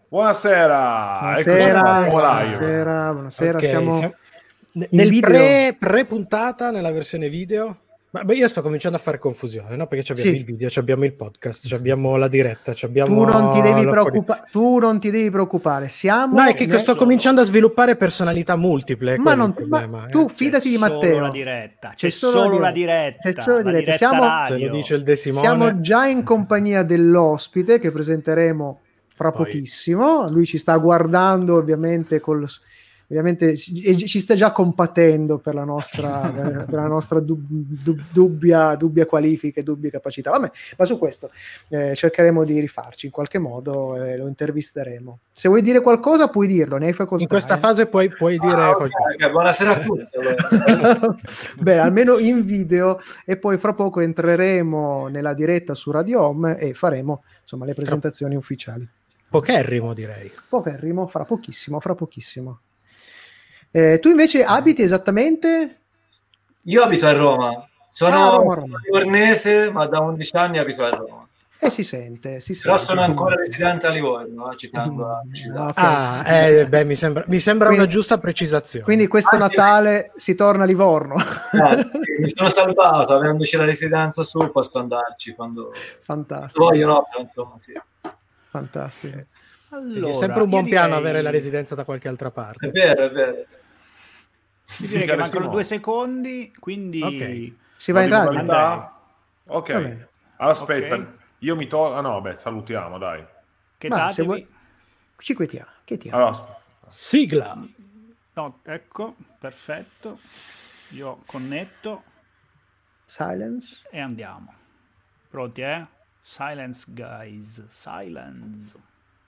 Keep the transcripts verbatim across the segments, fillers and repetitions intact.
Buonasera. Buonasera, buonasera, buonasera. Okay, siamo, siamo nel pre, pre puntata nella versione video. Ma beh, io sto cominciando a fare confusione, no? Perché abbiamo Sì. il video, abbiamo il podcast, abbiamo la diretta, abbiamo Tu non ti devi la- preoccupare, tu non ti devi preoccupare. Siamo No, è che nel- sto cominciando a sviluppare personalità multiple. è Ma quello non- il problema. ma tu eh. fidati di C'è Matteo. solo la diretta, c'è, C'è solo, solo la la diretta, C'è solo la la diretta. diretta Siamo- Se radio. lo dice il De Simone. Siamo già in compagnia dell'ospite che presenteremo fra Poi. pochissimo. Lui ci sta guardando ovviamente col ovviamente ci e ci sta già compatendo per la nostra, per la nostra dub- dub- dubbia, dubbia qualifica e dubbie capacità. Vabbè, ma su questo eh, cercheremo di rifarci in qualche modo e lo intervisteremo. Se vuoi dire qualcosa puoi dirlo, ne hai facoltà. In questa eh. fase puoi, puoi dire Ah, ok, qualcosa. ok, buonasera a tutti. Beh, almeno in video, e poi fra poco entreremo nella diretta su Radio Home e faremo insomma le presentazioni ufficiali. Pocherrimo, direi. Pocherrimo, fra pochissimo, fra pochissimo. Eh, tu invece abiti esattamente? Io abito a Roma, sono Ah, Roma, Roma. livornese, ma da undici anni abito a Roma. E si sente, si Però sente. sono ancora residente a Livorno, eh, ci tengo a precisare. Ok. Ah, eh, beh, mi sembra, mi sembra Quindi- una giusta precisazione. Quindi questo Anche- Natale si torna a Livorno. Eh, mi sono salvato, avendoci la residenza su, posso andarci quando Fantastico, voglio, no, però insomma sì. fantastico. Allora, è sempre un buon io piano direi- avere la residenza da qualche altra È parte. vero, è vero. Io direi che Michele mancano Simone. due secondi, quindi Ok. Si va in Di radio? modalità? Ok, Va bene. allora, aspetta, Ok. io mi tolgo. Ah no, beh, salutiamo, dai. che Ma se datevi. vuoi ci quetiamo, chetiamo. Allora, asp- Sigla. No, ecco, perfetto. Io connetto Silence. e andiamo. Pronti, eh? Silence, guys. Silence.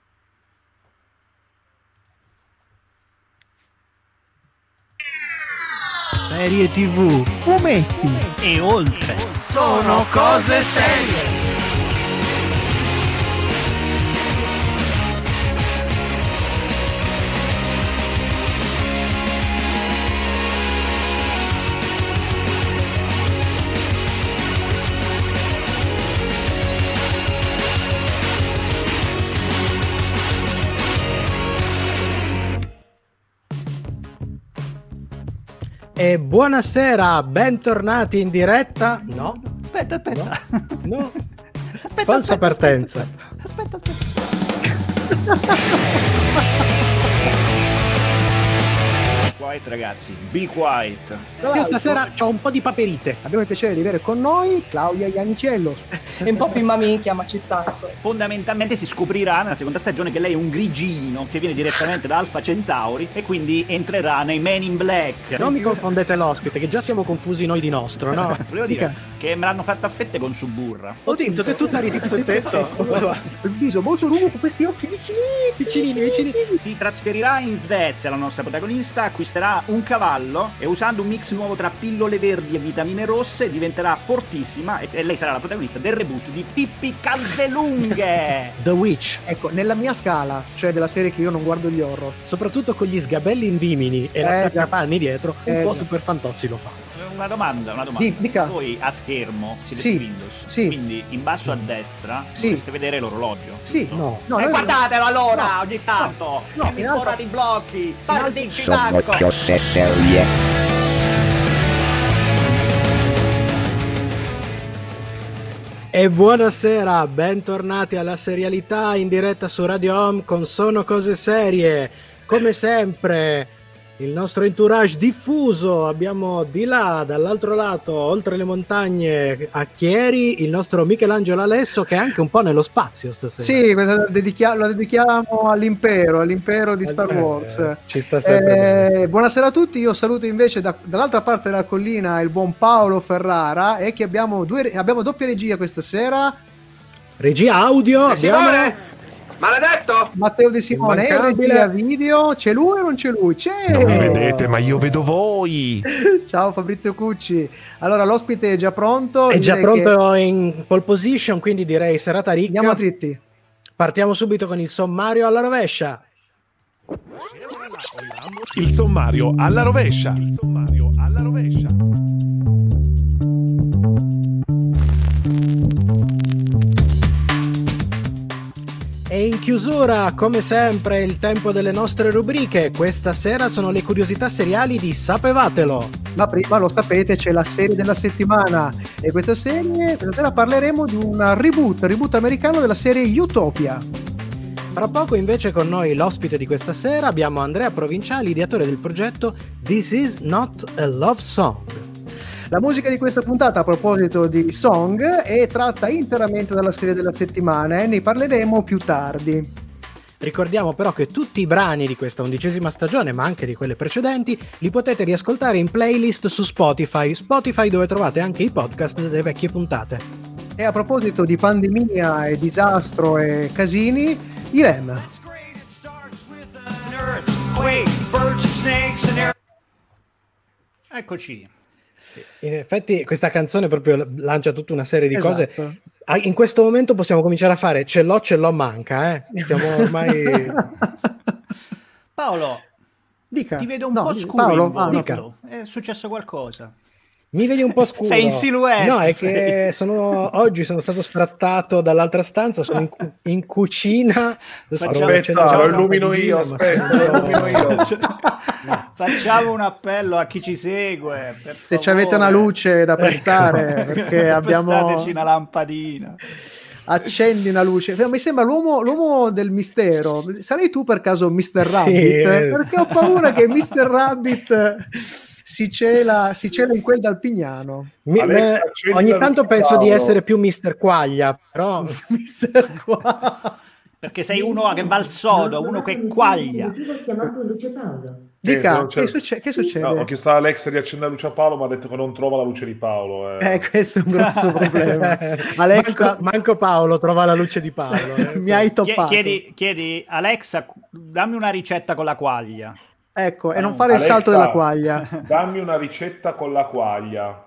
Serie tivù, fumetti, E oltre. sono cose serie. E buonasera, bentornati in diretta. No, Aspetta, aspetta. no. Aspetta, Falsa aspetta, partenza. Aspetta, aspetta. Quiet, ragazzi. Be quiet. Io stasera ho un po' di paperite. Abbiamo il piacere di avere con noi Claudia Iannicello. È un po' più mamicchia, ma ci stazzo. Fondamentalmente si scoprirà nella seconda stagione che lei è un grigino che viene direttamente da Alpha Centauri e quindi entrerà nei Men in Black. Non mi confondete l'ospite, che già siamo confusi noi di nostro, no? Volevo dire che me l'hanno fatta a fette con Suburra. Ho detto che tu eri tutto il tetto. Il viso molto lungo con questi occhi vicini, Vicinini, vicinini. Si trasferirà in Svezia, la nostra protagonista, acquisterà un cavallo e usando un mix nuovo tra pillole verdi e vitamine rosse diventerà fortissima e, e lei sarà la protagonista del reboot di Pippi Calzelunghe. The Witch. Ecco, nella mia scala, cioè della serie che io non guardo gli horror, Soprattutto con gli sgabelli in vimini e Eh, l'attaccapanni dietro, un eh, po' già. Super Fantozzi lo fa. Una domanda, una domanda. Di- dica. Voi a schermo siete Sì, su Windows, sì. quindi in basso a destra Sì. dovreste vedere l'orologio. sì, giusto? No. no, e noi- guardatelo allora no, ogni tanto no, e mi in alto- sforate i blocchi pardici Sono d'acqua. cose serie. E buonasera, bentornati alla serialità in diretta su Radio Home con Sono Cose Serie. Come sempre, il nostro entourage diffuso. Abbiamo di là, dall'altro lato, oltre le montagne, a Chieri, il nostro Michelangelo Alesso, che è anche un po' nello spazio stasera. Sì, questa dedichia- lo dedichiamo all'impero, all'impero di Star Eh, Wars. ci sta sempre bene. Eh, buonasera a tutti, io saluto invece da- dall'altra parte della collina il buon Paolo Ferrara e che abbiamo, due, abbiamo doppia regia questa sera. Regia audio, abbiamo... Simone! Maledetto! Matteo De Simone, e Immancabile. regia video, c'è lui o non c'è lui? C'è! Non mi vedete, ma io vedo voi. Ciao Fabrizio Cucci. Allora, l'ospite è già pronto. È già direi pronto in pole position, quindi direi serata che ricca. andiamo a dritti. Partiamo subito con il sommario alla rovescia. Il sommario alla rovescia. Il sommario alla rovescia. E E in chiusura, come sempre, il tempo delle nostre rubriche. Questa sera sono le curiosità seriali di Sapevatelo. Ma prima, lo sapete, c'è la serie della settimana e questa serie, questa sera parleremo di un reboot, reboot americano della serie Utopia. Fra poco invece con noi l'ospite di questa sera abbiamo Andrea Provinciali, ideatore del progetto This Is Not a Love Song. La musica di questa puntata, a proposito di song, è tratta interamente dalla serie della settimana e ne parleremo più tardi. Ricordiamo però che tutti i brani di questa undicesima stagione, ma anche di quelle precedenti, li potete riascoltare in playlist su Spotify, Spotify dove trovate anche i podcast delle vecchie puntate. E a proposito di pandemia e disastro e casini, i Rem. Eccoci. Sì. In effetti questa canzone proprio lancia tutta una serie di Esatto. cose. In questo momento possiamo cominciare a fare ce l'ho, ce l'ho, manca, eh? Siamo ormai... Paolo, Dica. ti vedo un No, po' di- scuro Paolo? in volto. Ah, no. Dica. È successo qualcosa? Mi vedi un po' scuro. Sei in silhouette, No, è sei. che sono, oggi sono stato sfrattato dall'altra stanza, sono in, cu- in cucina. Adesso Facciamo- provo a accendere Aspetta, lo una illumino io, lampadina, ma aspetta, sono- lo illumino io. Facciamo un appello a chi ci segue. Per Se ci avete una favore. luce da prestare, Ecco. perché abbiamo... Prestateci una lampadina. Accendi una luce. Mi sembra l'uomo, l'uomo del mistero. Sarai tu per caso mister Sì, Rabbit? eh. Perché ho paura che mister Rabbit si cela, si cela in quel Dalpignano. Mi- Alexa, me- accendi ogni la tanto luce, penso di Paolo. essere più mister Quaglia, però mister qua. Perché sei uno che va al sodo, uno che quaglia. Dica, non c'è- che, succe- che succede? No, ho chiesto a Alexa di accendere la luce a Paolo, ma ha detto che non trova la luce di Paolo. eh. Eh, questo è un grosso problema. Alexa, manco, manco Paolo trova la luce di Paolo. eh. mi hai Chie- toppato. Chiedi, chiedi, Alexa, dammi una ricetta con la quaglia. Ecco, e non fare il Alexa, salto della quaglia. Dammi una ricetta con la quaglia.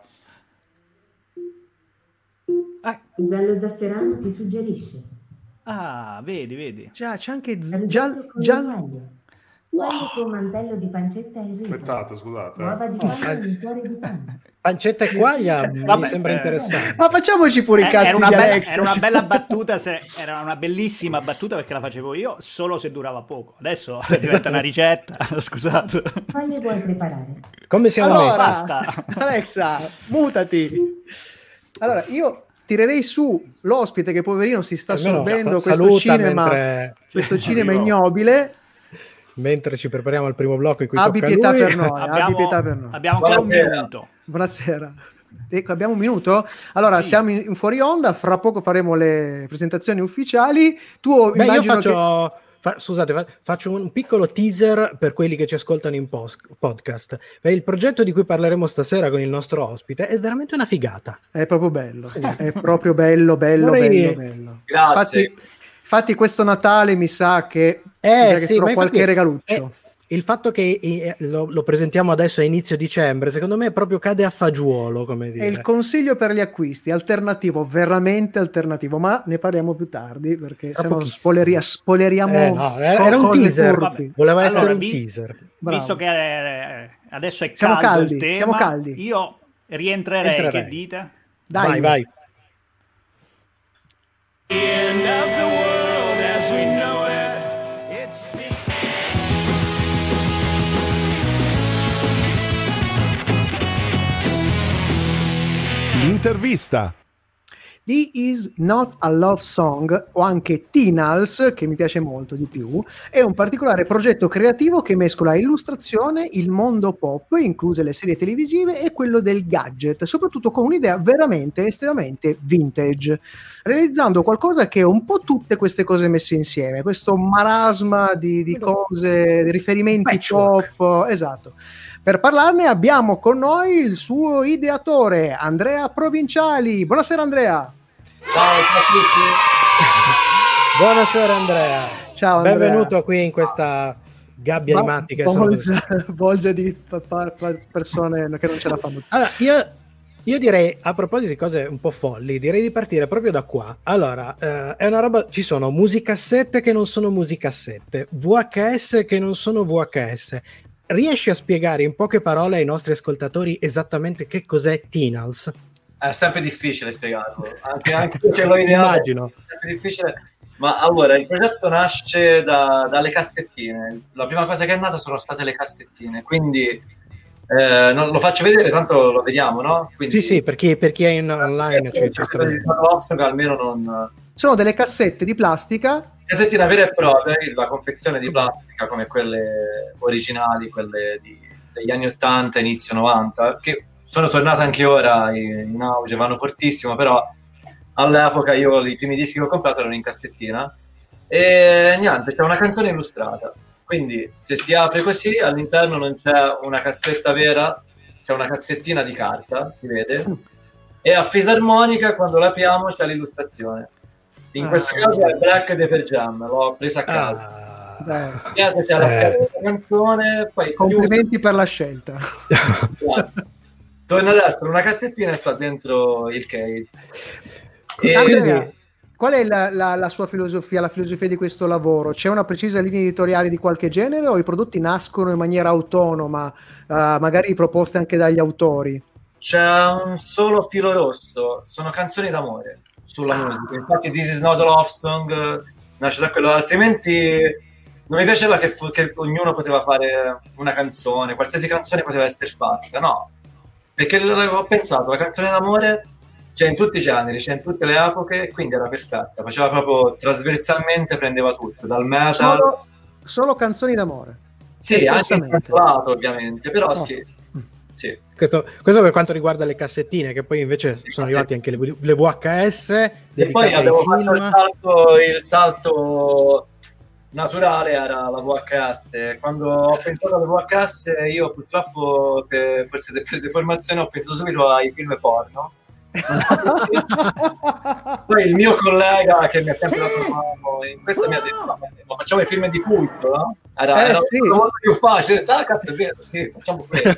Ah, Dallo zafferano ti suggerisce. ah, vedi, vedi. Già, c'è anche z- Risotto già, con già... le quaglie. Quaglie con mantello di pancetta e riso. Aspettate, scusate. eh. Uova di Oh, quaglia eh. in cuore di panna. Pancetta e quaglia mi Vabbè, sembra eh. interessante. Ma facciamoci pure i Eh, cazzi era, una di bella, Alexa. era una bella battuta, se, era una bellissima battuta perché la facevo io, solo se durava poco. Adesso diventa una ricetta, scusate. Quale vuoi preparare? Come siamo Allora, messi? Basta. Alexa, mutati. Allora, io tirerei su l'ospite che poverino si sta Almeno sorbendo sa- questo saluta cinema, mentre- questo cinema Arrivo. ignobile. Mentre ci prepariamo al primo blocco in cui Abbi tocca a pietà lui. per noi, abbi Abbiamo, pietà per noi. abbiamo ancora un Buonasera. minuto. Buonasera. Ecco, abbiamo un minuto? Allora, Sì. siamo in, in fuori onda, fra poco faremo le presentazioni ufficiali. Tu Beh, io immagino faccio, fa- scusate, fa- faccio un piccolo teaser per quelli che ci ascoltano in pos- podcast. Beh, il progetto di cui parleremo stasera con il nostro ospite è veramente una figata. che è proprio bello, è proprio bello, bello, Vorrei bello, dire- bello. Grazie. Infatti, infatti questo Natale mi sa che, mi sa Eh che sì, farò ma qualche infatti- regaluccio. eh, il fatto che eh, lo, lo presentiamo adesso a inizio dicembre, secondo me proprio cade a fagiolo, come È dire. il consiglio per gli acquisti, alternativo, veramente alternativo, ma ne parliamo più tardi perché Tra se no pochissimo. spoileria, spoileriamo. Eh, no, era, era un cose teaser, turpi. voleva Allora, essere un vi- teaser. Bravo. Visto che eh, adesso è Siamo caldo caldi, il tema, siamo caldi. io rientrerei, Entrerei. che dite? Dai, Vai, vai. L'intervista. This Is Not a Love Song, o anche Tinals, che mi piace molto di più, è un particolare progetto creativo che mescola illustrazione, il mondo pop, incluse le serie televisive, e quello del gadget, soprattutto con un'idea veramente estremamente vintage, realizzando qualcosa che è un po' tutte queste cose messe insieme, questo marasma di, di cose, di riferimenti Patchwork. pop, esatto. Per parlarne abbiamo con noi il suo ideatore, Andrea Provinciali. Buonasera Andrea. Ciao a tutti. Buonasera Andrea. Ciao Andrea. Benvenuto qui in questa gabbia di matti che sono così. bolgia, bolgia di pa- pa- pa- persone che non ce la fanno. Allora, io, io direi, a proposito di cose un po' folli, direi di partire proprio da qua. Allora, eh, è una roba, ci sono musicassette che non sono musicassette, V H S che non sono V H S. Riesci a spiegare in poche parole ai nostri ascoltatori esattamente che cos'è Tinals? È sempre difficile spiegarlo, anche, anche perché l'ho ideato. Immagino. È sempre difficile. Ma allora, il progetto nasce da, dalle cassettine. La prima cosa che è nata sono state le cassettine, quindi eh, non, lo faccio vedere, tanto lo vediamo, no? Quindi, sì, sì, per chi, per chi è in online. Eh, ci, ci di nostro, che almeno non... Sono delle cassette di plastica. Cassettina vera e propria, la confezione di plastica come quelle originali, quelle di, degli anni ottanta, inizio novanta, che sono tornate anche ora in, in auge, vanno fortissimo, però all'epoca io i primi dischi che ho comprato erano in cassettina e niente, c'è una canzone illustrata, quindi se si apre così all'interno non c'è una cassetta vera, c'è una cassettina di carta, si vede, e a fisarmonica quando l'apriamo c'è l'illustrazione. In ah, questo caso è Black de Per Jam, l'ho presa a caso. Ah, c'è la eh. canzone, poi complimenti più... per la scelta. Grazie. Torna ad essere una cassettina e sta dentro il case. E Andrea, quindi... qual è la, la, la sua filosofia, la filosofia di questo lavoro? C'è una precisa linea editoriale di qualche genere o i prodotti nascono in maniera autonoma, uh, magari proposte anche dagli autori? C'è un solo filo rosso, sono canzoni d'amore sulla ah. musica. Infatti This Is Not a Love Song nasce da quello, altrimenti non mi piaceva che, fu, che ognuno poteva fare una canzone, qualsiasi canzone poteva essere fatta, no? Perché ho pensato, la canzone d'amore c'è in tutti i generi, c'è in tutte le epoche, quindi era perfetta, faceva proprio trasversalmente, prendeva tutto, dal metal... Solo, solo canzoni d'amore? Sì, anche il cantolato ovviamente, però no. sì. sì. Questo, questo per quanto riguarda le cassettine, che poi invece sì, sono arrivati anche le, le V H S. E poi abbiamo fatto il salto, il salto naturale, era la V H S. Quando ho pensato alla V H S, io purtroppo, per, forse per deformazione, ho pensato subito ai film porno. Poi il mio collega che mi ha sempre dato mano in questo mi ha detto ma facciamo i film di culto, no? Era, eh, era sì. molto più facile, ah cazzo è vero, sì, facciamo quello.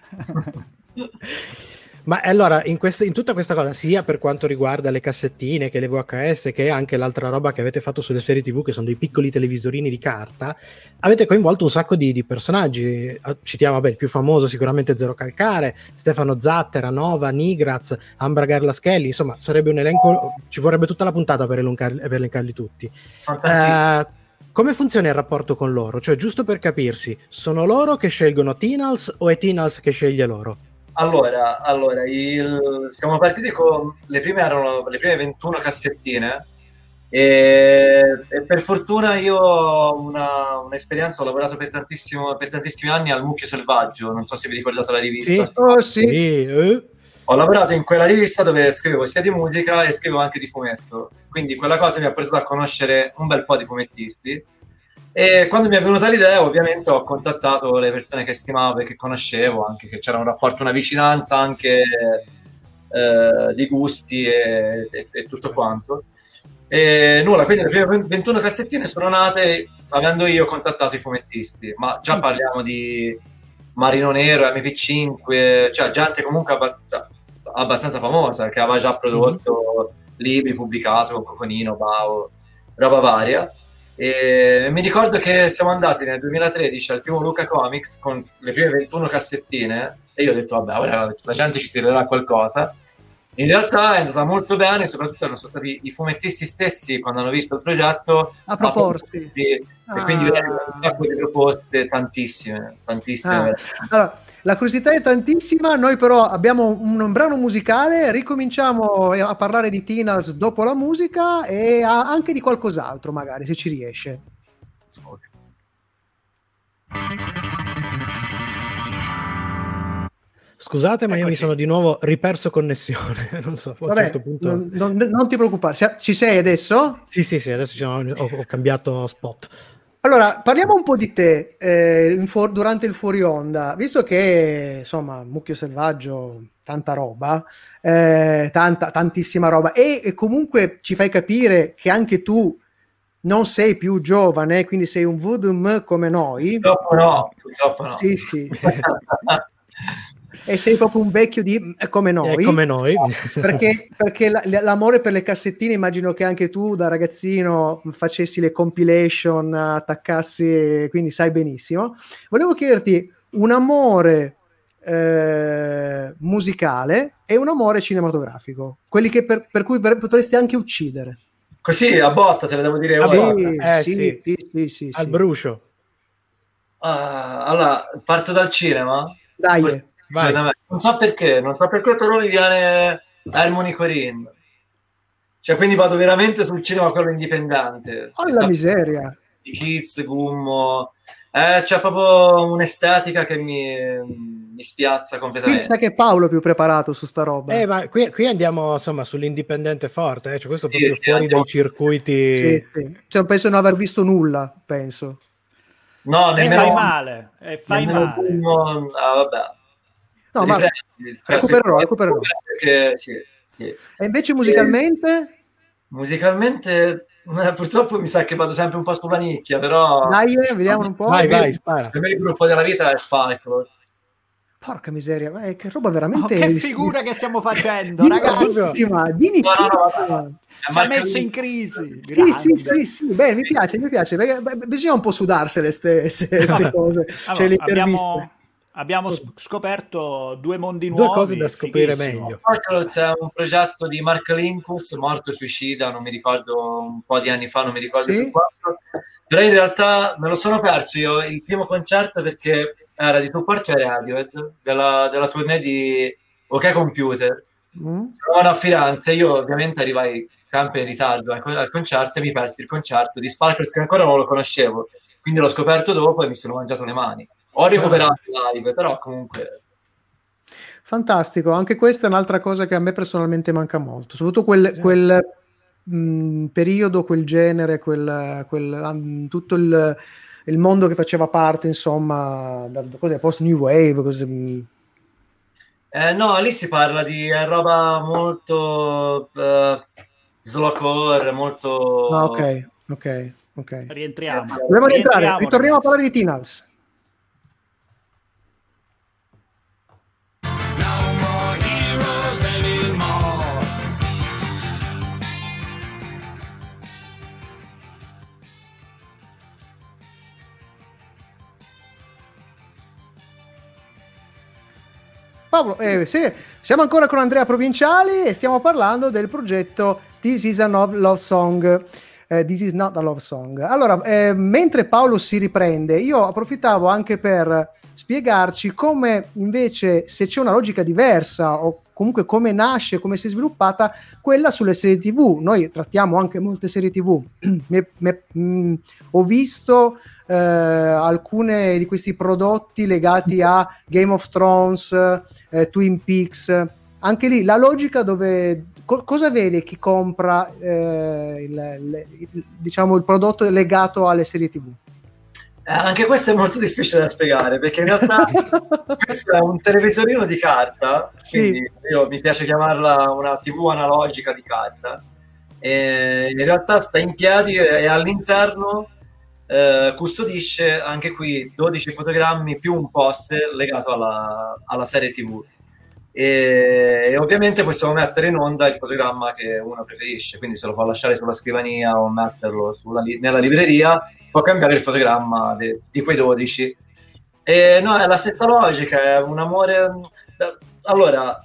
Ma allora, in, queste, in tutta questa cosa, sia per quanto riguarda le cassettine, che le V H S, che anche l'altra roba che avete fatto sulle serie tivù, che sono dei piccoli televisorini di carta, avete coinvolto un sacco di, di personaggi. Citiamo, vabbè, il più famoso sicuramente Zero Calcare, Stefano Zattera, Nova, Nigraz, Ambra Garlaschelli, insomma, sarebbe un elenco, ci vorrebbe tutta la puntata per, elencarli, per elencarli tutti. Eh, come funziona il rapporto con loro? Cioè, giusto per capirsi, sono loro che scelgono Tinals o è Tinals che sceglie loro? Allora, allora il, siamo partiti con le prime erano le prime ventuno cassettine e, e per fortuna io ho una, un'esperienza, ho lavorato per tantissimo per tantissimi anni al Mucchio Selvaggio, non so se vi ricordate la rivista. Sì, oh, sì. Eh. Ho lavorato in quella rivista dove scrivevo sia di musica e scrivevo anche di fumetto, quindi quella cosa mi ha portato a conoscere un bel po' di fumettisti. E quando mi è venuta l'idea, ovviamente ho contattato le persone che stimavo e che conoscevo, anche che c'era un rapporto, una vicinanza anche eh, di gusti e, e, e tutto quanto. E nulla, quindi le prime ventuno cassettine sono nate avendo io contattato i fumettisti, ma già parliamo di Marino Nero, M P cinque, cioè gente comunque abbastanza, abbastanza famosa, che aveva già prodotto libri, pubblicato con Coconino, Bao, roba varia. E mi ricordo che siamo andati nel duemilatredici al primo Luca Comics con le prime ventuno cassettine e io ho detto vabbè, ora la gente ci tirerà qualcosa. In realtà è andata molto bene, soprattutto erano stati i fumettisti stessi quando hanno visto il progetto a proporsi, ah. e quindi un sacco di proposte, tantissime tantissime ah. Allora, la curiosità è tantissima, noi però abbiamo un, un brano musicale, ricominciamo a parlare di Tinals dopo la musica e a, anche di qualcos'altro magari, se ci riesce. Okay. Scusate, ma ecco, io mi sono di nuovo riperso connessione. Non so, a un Vabbè, certo punto... non, non, non ti preoccupare, ci sei adesso? Sì, sì, sì, adesso ho, ho cambiato spot. Allora, parliamo un po' di te eh, in for- durante il fuori onda, visto che insomma Mucchio Selvaggio, tanta roba, eh, tanta, tantissima roba, e, e comunque ci fai capire che anche tu non sei più giovane, quindi sei un voodoo come noi. Purtroppo no, purtroppo no. Sì, sì. E sei proprio un vecchio di come noi, è come noi. perché, perché la, l'amore per le cassettine, immagino che anche tu da ragazzino facessi le compilation, attaccassi, quindi sai benissimo. Volevo chiederti un amore eh, musicale e un amore cinematografico, quelli che per, per cui potresti anche uccidere. Così a botta te le devo dire Ah, ora. sì, Eh, sì, sì. sì, sì, sì, Al sì. brucio. Ah, allora, parto dal cinema. Dai, Forse- Vai. Non so perché, non so perché, però mi viene Harmony Corinne. Cioè, quindi vado veramente sul cinema quello indipendente. oh Ci la sta- miseria. Di Kids, Gummo. Eh, c'è proprio un'estetica che mi, mi spiazza Quindi completamente. sai che Paolo è più preparato su sta roba. Eh, ma qui, qui andiamo insomma sull'indipendente forte, eh? Cioè, questo è Sì, proprio sì, fuori andiamo- dai circuiti. Sì, sì. Cioè, penso non aver visto nulla, penso. No, E nemmeno fai male, e fai nemmeno male. Gummo. Ah, vabbè. No, ma Riprendi, cioè, recupererò, se- recupererò. perché, sì, sì. E invece musicalmente? Musicalmente, eh, purtroppo mi sa che vado sempre un po' sulla nicchia, però Dai, eh, vediamo un po'. Vai, vai, spara. per me il gruppo della vita è Sparkles. Porca miseria, ma è che roba Oh, veramente... che di- figura di- che stiamo facendo, di ragazzi! nicchissima, di No, no, no, nicchissima. vabbè. È Ci ha Marco messo Lin- in crisi. Sì, grande. sì, sì, sì, beh, mi piace, mi piace, perché beh, bisogna un po' sudarsele ste, ste, ste cose, cioè Allora, le interviste. abbiamo abbiamo s- scoperto due mondi Due nuovi. cose da scoprire fighissimo. meglio. Sparkles è un progetto di Mark Lincus, morto suicida, non mi ricordo, un po' di anni fa, non mi ricordo Sì? più quanto, però in realtà me lo sono perso io il primo concerto perché era di supporto ai Radiohead, della, della tournée di OK Computer. Mm? Trovano a Firenze, io ovviamente arrivai sempre in ritardo al, al concerto e mi persi il concerto di Sparkles che ancora non lo conoscevo, quindi l'ho scoperto dopo e mi sono mangiato le mani. Ho recuperato il live, però comunque... Fantastico, anche questa è un'altra cosa che a me personalmente manca molto, soprattutto quel, quel mh, periodo, quel genere, quel, quel, um, tutto il, il mondo che faceva parte, insomma, da, da cos'è, post New Wave, cose, mh. Eh, no, lì si parla di eh, roba molto uh, slowcore, molto... Ah, ok, ok, ok. Rientriamo. Dobbiamo rientrare, Rientriamo, ritorniamo ragazzi. a parlare di Teen House. Paolo, eh, sì, siamo ancora con Andrea Provinciali e stiamo parlando del progetto This is a no- Love Song. Eh, This is not a love song. Allora, eh, mentre Paolo si riprende, io approfittavo anche per spiegarci come invece, se c'è una logica diversa o comunque come nasce, come si è sviluppata quella sulle serie tivù. Noi trattiamo anche molte serie tivù. me, me, mh, ho visto eh, alcune di questi prodotti legati a Game of Thrones, eh, Twin Peaks. Anche lì la logica dove co- cosa vede chi compra eh, il, il, il, diciamo il prodotto legato alle serie tivù? Eh, anche questo è molto difficile da spiegare perché in realtà questo è un televisorino di carta, sì. Quindi io mi piace chiamarla una tivù analogica di carta, e in realtà sta in piedi e all'interno eh, custodisce anche qui dodici fotogrammi più un poster legato alla, alla serie tivù. E, e ovviamente possiamo mettere in onda il fotogramma che uno preferisce, quindi se lo può lasciare sulla scrivania o metterlo sulla li- nella libreria, può cambiare il fotogramma de- di quei dodici. E no, è la stessa logica, è un amore. Allora,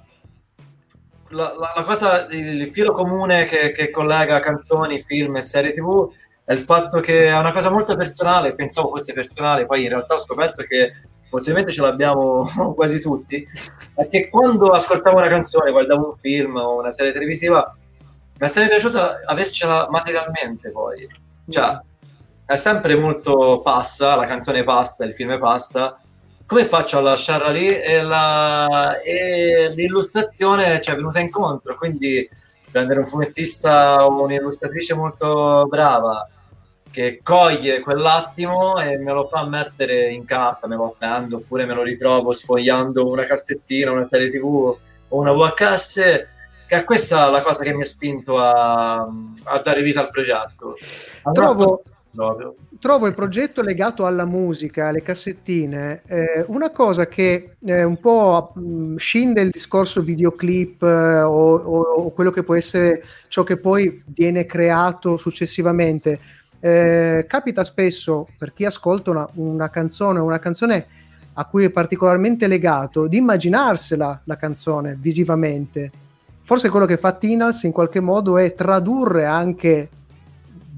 la, la, la cosa, il filo comune che, che collega canzoni, film e serie tivù è il fatto che è una cosa molto personale. Pensavo fosse personale, poi in realtà ho scoperto che ovviamente ce l'abbiamo quasi tutti, è che quando ascoltavo una canzone, guardavo un film o una serie televisiva, mi è sempre piaciuto avercela materialmente poi. Cioè, è sempre molto passa, la canzone passa, il film passa, come faccio a lasciarla lì? E, la, e l'illustrazione ci è venuta incontro, quindi prendere un fumettista o un'illustratrice molto brava che coglie quell'attimo e me lo fa mettere in casa, me lo prendo oppure me lo ritrovo sfogliando una cassettina, una serie tivù o una V H S, che è questa la cosa che mi ha spinto a, a dare vita al progetto. Trovo, Proprio. trovo il progetto legato alla musica, alle cassettine, eh, una cosa che eh, un po' mh, scinde il discorso videoclip eh, o, o, o quello che può essere ciò che poi viene creato successivamente. Eh, capita spesso per chi ascolta una, una canzone una canzone a cui è particolarmente legato di immaginarsela la canzone visivamente. Forse quello che fa Teen House in qualche modo è tradurre anche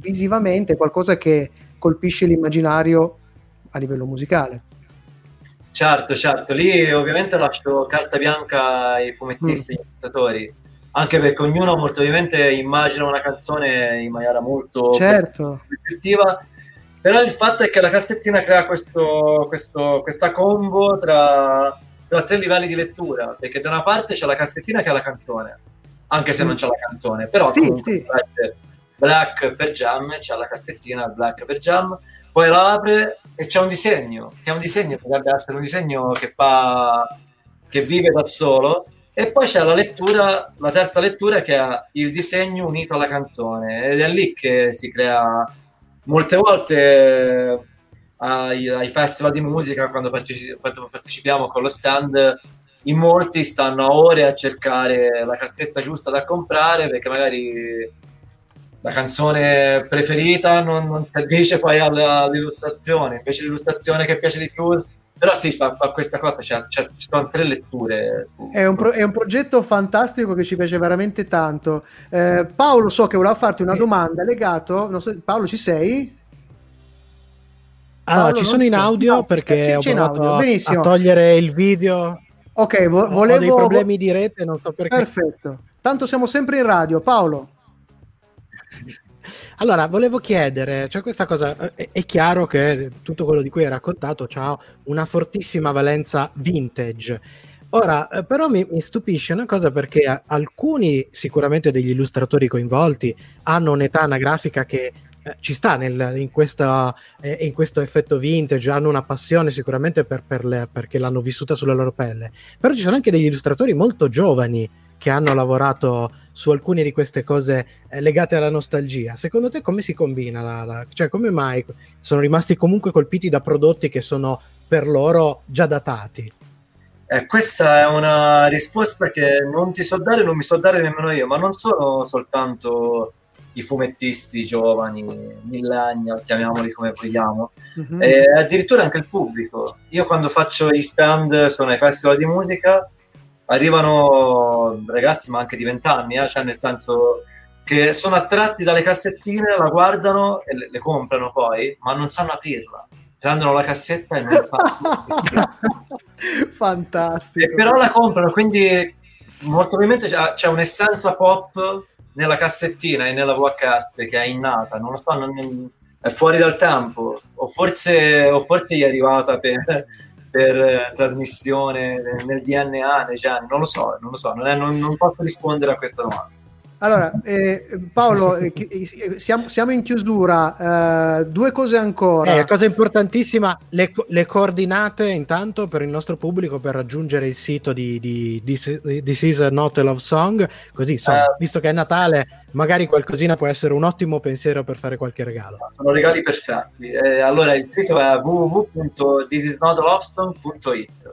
visivamente qualcosa che colpisce l'immaginario a livello musicale. Certo, certo, lì ovviamente lascio carta bianca ai fumettisti e agli illustratori, anche perché ognuno molto ovviamente immagina una canzone in maniera molto certo oggettiva, però il fatto è che la cassettina crea questo, questo, questa combo tra, tra tre livelli di lettura, perché da una parte c'è la cassettina che è la canzone, anche se non c'è la canzone, però sì, comunque sì. Black per Jam, c'è la cassettina Black per Jam, poi la apre e c'è un disegno, che è un disegno, potrebbe essere un disegno che fa, che vive da solo, e poi c'è la lettura, la terza lettura che è il disegno unito alla canzone, ed è lì che si crea molte volte ai, ai festival di musica, quando partecipi, quando partecipiamo con lo stand, in molti stanno a ore a cercare la cassetta giusta da comprare, perché magari la canzone preferita non, non si addice poi alla, all'illustrazione, invece l'illustrazione che piace di più, però sì, fa, fa questa cosa, cioè, cioè, ci sono tre letture. È un, pro, è un progetto fantastico che ci piace veramente tanto. Eh, Paolo, so che voleva farti una domanda legato, non so, Paolo ci sei? Allora, Paolo, ci sono in audio, no, perché c'è, ho c'è provato audio. a, a togliere il video. Ok, vo- volevo... ho dei problemi di rete, non so perché. Perfetto, tanto siamo sempre in radio. Paolo. Allora, volevo chiedere, cioè questa cosa, è, è chiaro che tutto quello di cui hai raccontato ha una fortissima valenza vintage. Ora, eh, però mi, mi stupisce una cosa, perché alcuni sicuramente degli illustratori coinvolti hanno un'età anagrafica che eh, ci sta nel, in, questa, eh, in questo effetto vintage, hanno una passione sicuramente per, per le, perché l'hanno vissuta sulla loro pelle, però ci sono anche degli illustratori molto giovani che hanno lavorato su alcune di queste cose eh, legate alla nostalgia. Secondo te come si combina? La, la, cioè come mai sono rimasti comunque colpiti da prodotti che sono per loro già datati? Eh, questa è una risposta che non ti so dare, non mi so dare nemmeno io, ma non sono soltanto i fumettisti giovani, millennial, chiamiamoli come vogliamo, mm-hmm. eh, addirittura anche il pubblico. Io quando faccio i stand, sono ai festival di musica, arrivano ragazzi ma anche di vent'anni, eh? Cioè nel senso che sono attratti dalle cassettine, la guardano e le, le comprano poi, ma non sanno aprirla, prendono la cassetta e non sanno fantastico, e però la comprano, quindi molto probabilmente c'è, c'è un'essenza pop nella cassettina e nella V H S che è innata, non lo so, non, è fuori dal tempo, o forse, o forse gli è arrivata per per eh, trasmissione nel D N A, nei geni, non lo so, non lo so, non, è, non, non posso rispondere a questa domanda. Allora, eh, Paolo, eh, siamo, siamo in chiusura, eh, due cose ancora. Eh, cosa importantissima, le, le coordinate intanto per il nostro pubblico per raggiungere il sito di, di, di This Is Not a Love Song, così insomma, eh, visto che è Natale, magari qualcosina può essere un ottimo pensiero per fare qualche regalo. Sono regali perfetti. Eh, allora il sito è w w w punto this is not a love song punto i t.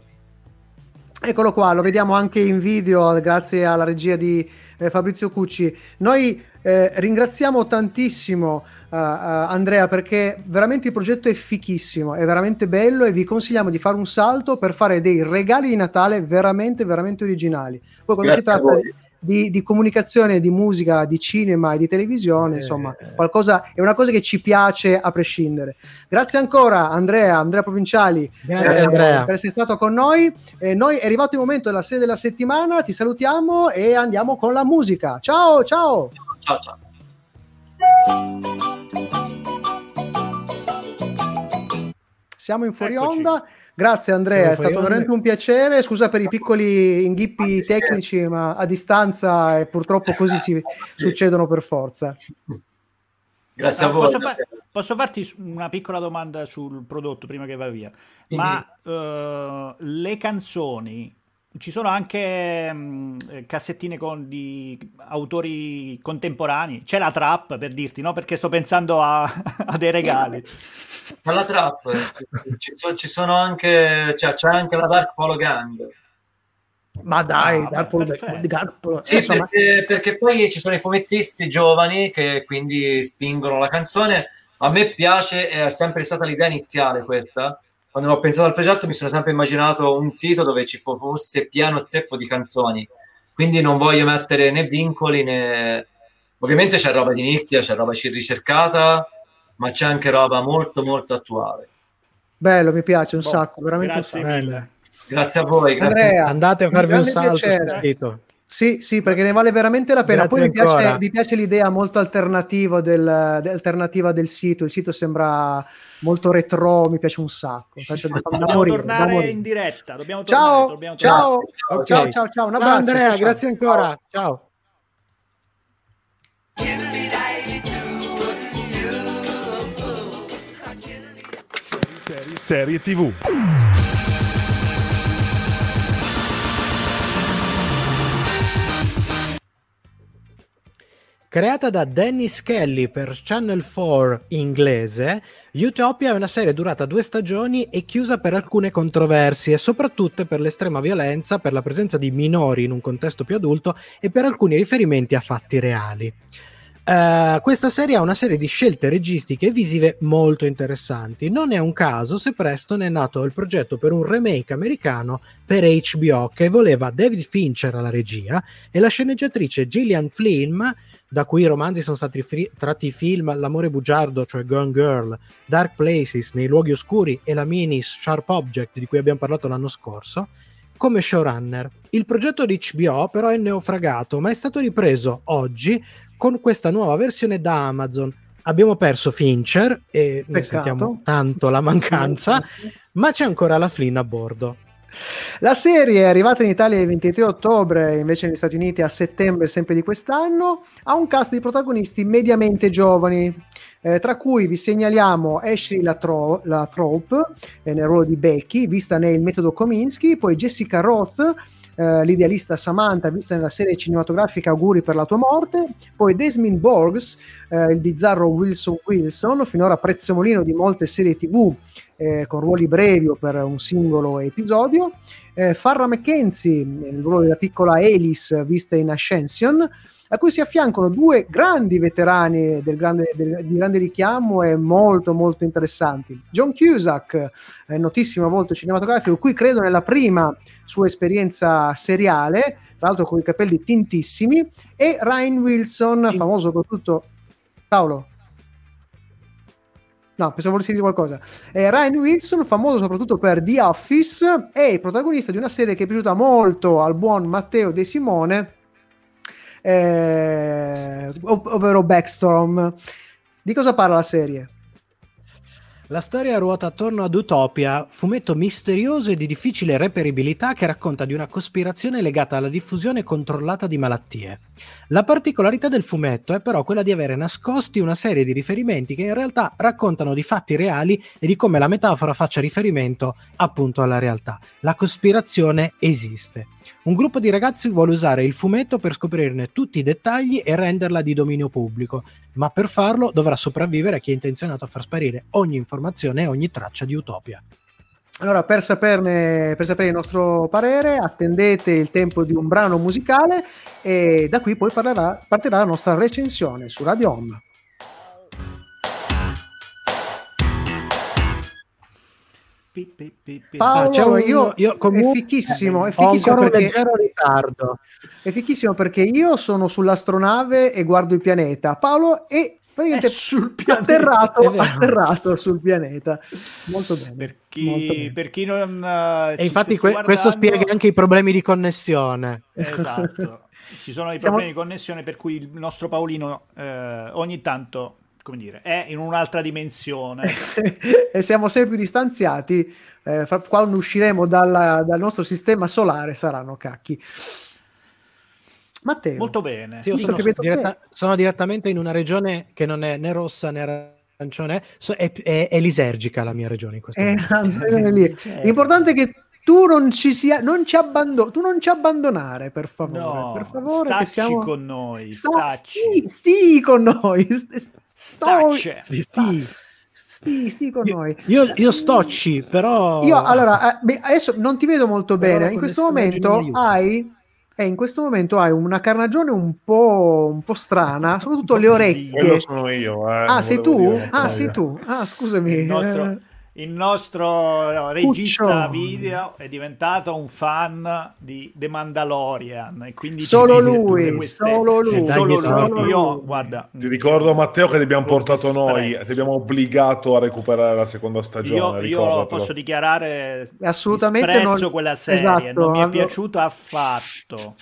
Eccolo qua, lo vediamo anche in video grazie alla regia di eh, Fabrizio Cucci. Noi eh, ringraziamo tantissimo uh, uh, Andrea, perché veramente il progetto è fichissimo, è veramente bello, e vi consigliamo di fare un salto per fare dei regali di Natale veramente veramente originali. Poi quando si tratta di, di comunicazione, di musica, di cinema e di televisione, eh, insomma, qualcosa, è una cosa che ci piace a prescindere. Grazie ancora Andrea, Andrea Provinciali, grazie, eh, Andrea, per essere stato con noi. Eh, noi è arrivato il momento della serie della settimana, ti salutiamo e andiamo con la musica. Ciao, ciao. Ciao, ciao. Siamo in fuori onda. Grazie Andrea, è stato veramente un piacere. Scusa per i piccoli inghippi tecnici, ma a distanza e purtroppo così si succedono per forza. Grazie a voi. Posso, fa- posso farti una piccola domanda sul prodotto prima che va via? Ma uh, le canzoni, ci sono anche mh, cassettine con di autori contemporanei? C'è la trap, per dirti, no? Perché sto pensando a, a dei regali. Ma la trap, ci, so, ci sono anche, cioè, c'è anche la Dark Polo Gang. Ma dai, ah, Dark Polo, Dark Polo. Sì, insomma, perché, perché poi ci sono i fumettisti giovani che quindi spingono la canzone. A me piace, è sempre stata l'idea iniziale questa. Quando ho pensato al progetto mi sono sempre immaginato un sito dove ci fosse pieno zeppo di canzoni, quindi non voglio mettere né vincoli né, Ovviamente c'è roba di nicchia, c'è roba ricercata, ma c'è anche roba molto molto attuale. Bello, mi piace un Boh, sacco, veramente un grazie sacco. mille. Grazie a voi. Grazie. Andrea, Andate a farvi un grande salto piacere. sul sito. Sì, sì, perché ne vale veramente la pena. Grazie Poi mi piace, ancora. mi piace l'idea molto alternativa del, alternativa del sito. Il sito sembra molto retro, mi piace un sacco. Faccio da Dobbiamo morire, tornare da morire. in diretta. Dobbiamo Ciao, tornare, dobbiamo tornare. ciao, Ok. ciao, ciao, ciao, un Ciao abbraccio. Andrea, ciao. grazie ancora. Ciao. Serie tivù. Creata da Dennis Kelly per Channel quattro inglese, Utopia è una serie durata due stagioni e chiusa per alcune controversie, soprattutto per l'estrema violenza, per la presenza di minori in un contesto più adulto e per alcuni riferimenti a fatti reali. Uh, questa serie ha una serie di scelte registiche e visive molto interessanti. Non è un caso se presto ne è nato il progetto per un remake americano per H B O che voleva David Fincher alla regia e la sceneggiatrice Gillian Flynn, da cui i romanzi sono stati fri- tratti i film L'amore bugiardo, cioè Gone Girl, Dark Places, Nei luoghi oscuri e la mini Sharp Object di cui abbiamo parlato l'anno scorso, come showrunner. Il progetto di H B O però è naufragato, ma è stato ripreso oggi con questa nuova versione da Amazon. Abbiamo perso Fincher e ne Peccato. sentiamo tanto la mancanza, ma c'è ancora la Flynn a bordo. La serie è arrivata in Italia il ventitré ottobre, invece negli Stati Uniti a settembre sempre di quest'anno. Ha un cast di protagonisti mediamente giovani, eh, tra cui vi segnaliamo Ashley Latro- Lathrop eh, nel ruolo di Becky, vista nel Metodo Kominsky, poi Jessica Roth, eh, l'idealista Samantha, vista nella serie cinematografica Auguri per la tua morte, poi Desmond Borges, eh, il bizzarro Wilson Wilson, finora prezzemolino di molte serie tivù, Eh, con ruoli brevi o per un singolo episodio, eh, Farrah McKenzie nel ruolo della piccola Alice vista in Ascension, a cui si affiancano due grandi veterani del grande, del, di grande richiamo e molto molto interessanti. John Cusack, eh, notissimo volto cinematografico, qui credo nella prima sua esperienza seriale, tra l'altro con i capelli tintissimi, e Ryan Wilson, famoso soprattutto... Paolo? No, pensavo volessi dire qualcosa. Eh, Ryan Wilson, famoso soprattutto per The Office, è il protagonista di una serie che è piaciuta molto al buon Matteo De Simone, eh, ov- ovvero Backstorm. Di cosa parla la serie? La storia ruota attorno ad Utopia, fumetto misterioso e di difficile reperibilità che racconta di una cospirazione legata alla diffusione controllata di malattie. La particolarità del fumetto è però quella di avere nascosti una serie di riferimenti che in realtà raccontano di fatti reali e di come la metafora faccia riferimento appunto alla realtà. La cospirazione esiste. Un gruppo di ragazzi vuole usare il fumetto per scoprirne tutti i dettagli e renderla di dominio pubblico, ma per farlo dovrà sopravvivere chi è intenzionato a far sparire ogni informazione e ogni traccia di Utopia. Allora, per saperne, per sapere il nostro parere, attendete il tempo di un brano musicale e da qui poi parlerà, partirà la nostra recensione su Radio Home. Paolo, Ah, c'è un- io, io comunque- è fichissimo, è Ho fichissimo ancora un perché, leggero ritardo. è fichissimo perché io sono sull'astronave e guardo il pianeta. Paolo è praticamente È sul pianeta. atterrato, È vero. atterrato sul pianeta. Molto bene. Per molto chi, bene. per chi non eh, E ci infatti stesse que- questo guardando- spiega anche i problemi di connessione. Esatto, ci sono i Siamo- problemi di connessione per cui il nostro Paolino eh, ogni tanto, come dire, è in un'altra dimensione. E siamo sempre distanziati. Eh, fra- quando usciremo dalla- dal nostro sistema solare saranno cacchi. Matteo, Molto bene. Sì, io Dico sono, che vedo diretta- te. sono direttamente in una regione che non è né rossa né arancione, so- è, è- è lisergica la mia regione in questo Eh, momento. anzi, vieni lì. L'importante è che tu non ci sia, non ci abbando- tu non ci abbandonare, per favore. No, per favore, che stacci siamo... con noi, Sta- stacci. sti, sti con noi. St- st- sto- Stacce. Sì, sì. sti, sti con Io, noi. io, io stocci, però... Io allora, eh, beh, adesso non ti vedo molto Però bene. la In questo connessione oggi momento non mi aiuta. hai, eh, in questo momento hai una carnagione un po', un po' strana, soprattutto le Quello orecchie. sono io. Eh, Ah, non sei volevo tu? dire, non Ah, sono sei io. tu. Ah, scusami. Il nostro, Eh, il nostro regista Puccio. video è diventato un fan di The Mandalorian e quindi Solo ci vede lui, tutte queste- solo lui, solo dai, lui. solo Io, lui. guarda, Ti ricordo, Matteo, che ti abbiamo Lo portato noi, disprezzo. ti abbiamo obbligato a recuperare la seconda stagione. io, io ricordatelo. posso dichiarare Assolutamente disprezzo non- quella serie, esatto, non mi è avevo- piaciuto affatto.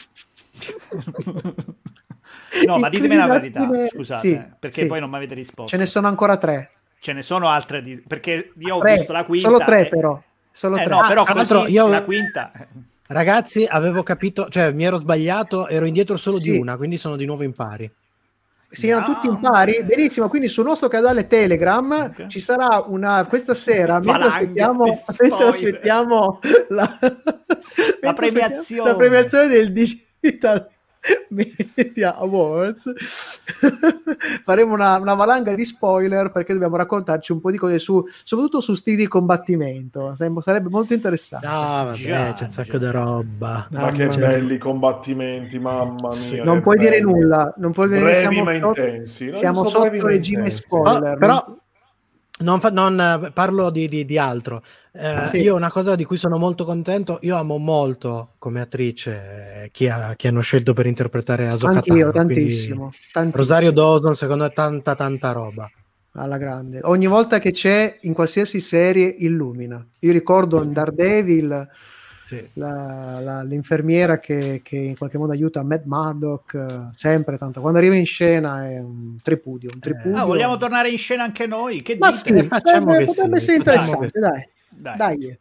No, ma ditemi la verità, Inclusive- scusate, sì, perché sì. poi non mi avete risposto. Ce ne sono ancora tre. Ce ne sono altre di... perché io ho Tre. visto la quinta. Solo tre e- però. Solo Eh, tre. no, però Ah, tra così l'altro io- la quinta... Ragazzi, avevo capito, cioè mi ero sbagliato, ero indietro solo Sì. di una, quindi sono di nuovo in pari. Si erano No. tutti in pari, benissimo. Quindi sul nostro canale Telegram Ok. ci sarà una questa sera. Mentre Valanga aspettiamo, di mentre spoiler. aspettiamo la, mentre premiazione. aspettiamo la premiazione del Digital Media Awards, faremo una, una valanga di spoiler perché dobbiamo raccontarci un po' di cose su, soprattutto su stili di combattimento. Sarebbe, sarebbe molto interessante. Ah, vabbè, Già, c'è un sacco già. di roba. Ma che Mamma mia. belli combattimenti, mamma Sì. mia. Non che puoi dire belli. nulla, non puoi dire Brevi siamo ma sotto- intensi. No, siamo sono sotto brevi ma regime intensi. spoiler. Oh, però non, fa- non, eh, parlo di, di- di altro. Eh, Sì. Io una cosa di cui sono molto contento, io amo molto come attrice eh, chi, ha- chi hanno scelto per interpretare Ahsoka Anch'io, Tano, quindi tantissimo, tantissimo. Rosario Dawson secondo me tanta tanta roba. Alla grande. Ogni volta che c'è in qualsiasi serie illumina. Io ricordo in Daredevil Sì. la- la- l'infermiera che, che in qualche modo aiuta Matt Murdock, eh, sempre tanto. Quando arriva in scena è un tripudio. Un tripudio. Ah, vogliamo tornare in scena anche noi? Che Ma dite? sì, Eh, facciamo potrebbe, che potrebbe sì, essere facciamo interessante, dai. Dai. Dai.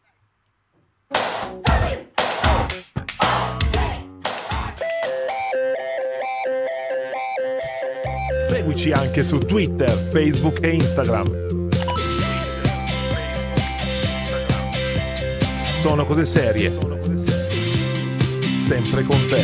Seguici anche su Twitter, Facebook e Instagram. Sono cose serie. Sempre con te.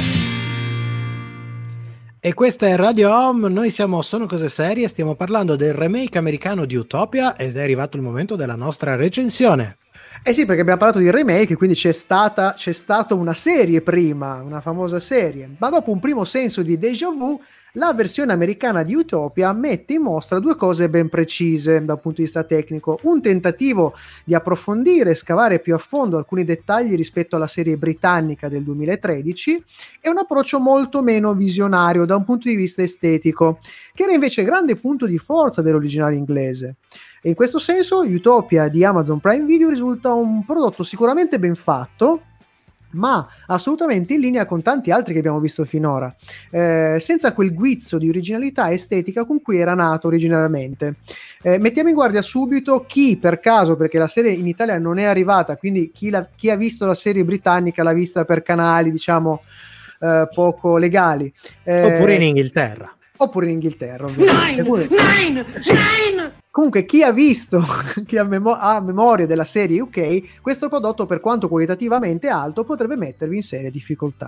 E questa è Radio Home, noi siamo Sono Cose Serie, stiamo parlando del remake americano di Utopia ed è arrivato il momento della nostra recensione. Eh sì, perché abbiamo parlato di remake, quindi c'è stata c'è stata una serie prima, una famosa serie, ma dopo un primo senso di déjà vu, la versione americana di Utopia mette in mostra due cose ben precise dal punto di vista tecnico: un tentativo di approfondire e scavare più a fondo alcuni dettagli rispetto alla serie britannica del duemilatredici, e un approccio molto meno visionario da un punto di vista estetico, che era invece grande punto di forza dell'originale inglese. E in questo senso Utopia di Amazon Prime Video risulta un prodotto sicuramente ben fatto, ma assolutamente in linea con tanti altri che abbiamo visto finora, eh, senza quel guizzo di originalità estetica con cui era nato originariamente. Eh, mettiamo in guardia subito chi per caso, perché la serie in Italia non è arrivata, quindi chi, la, chi ha visto la serie britannica l'ha vista per canali, diciamo, eh, poco legali. Eh, Oppure in Inghilterra. Oppure in Inghilterra, ovviamente. Comunque- Sì. Comunque chi ha visto, chi ha, memo- ha memoria della serie U K, questo prodotto, per quanto qualitativamente alto, potrebbe mettervi in seria difficoltà.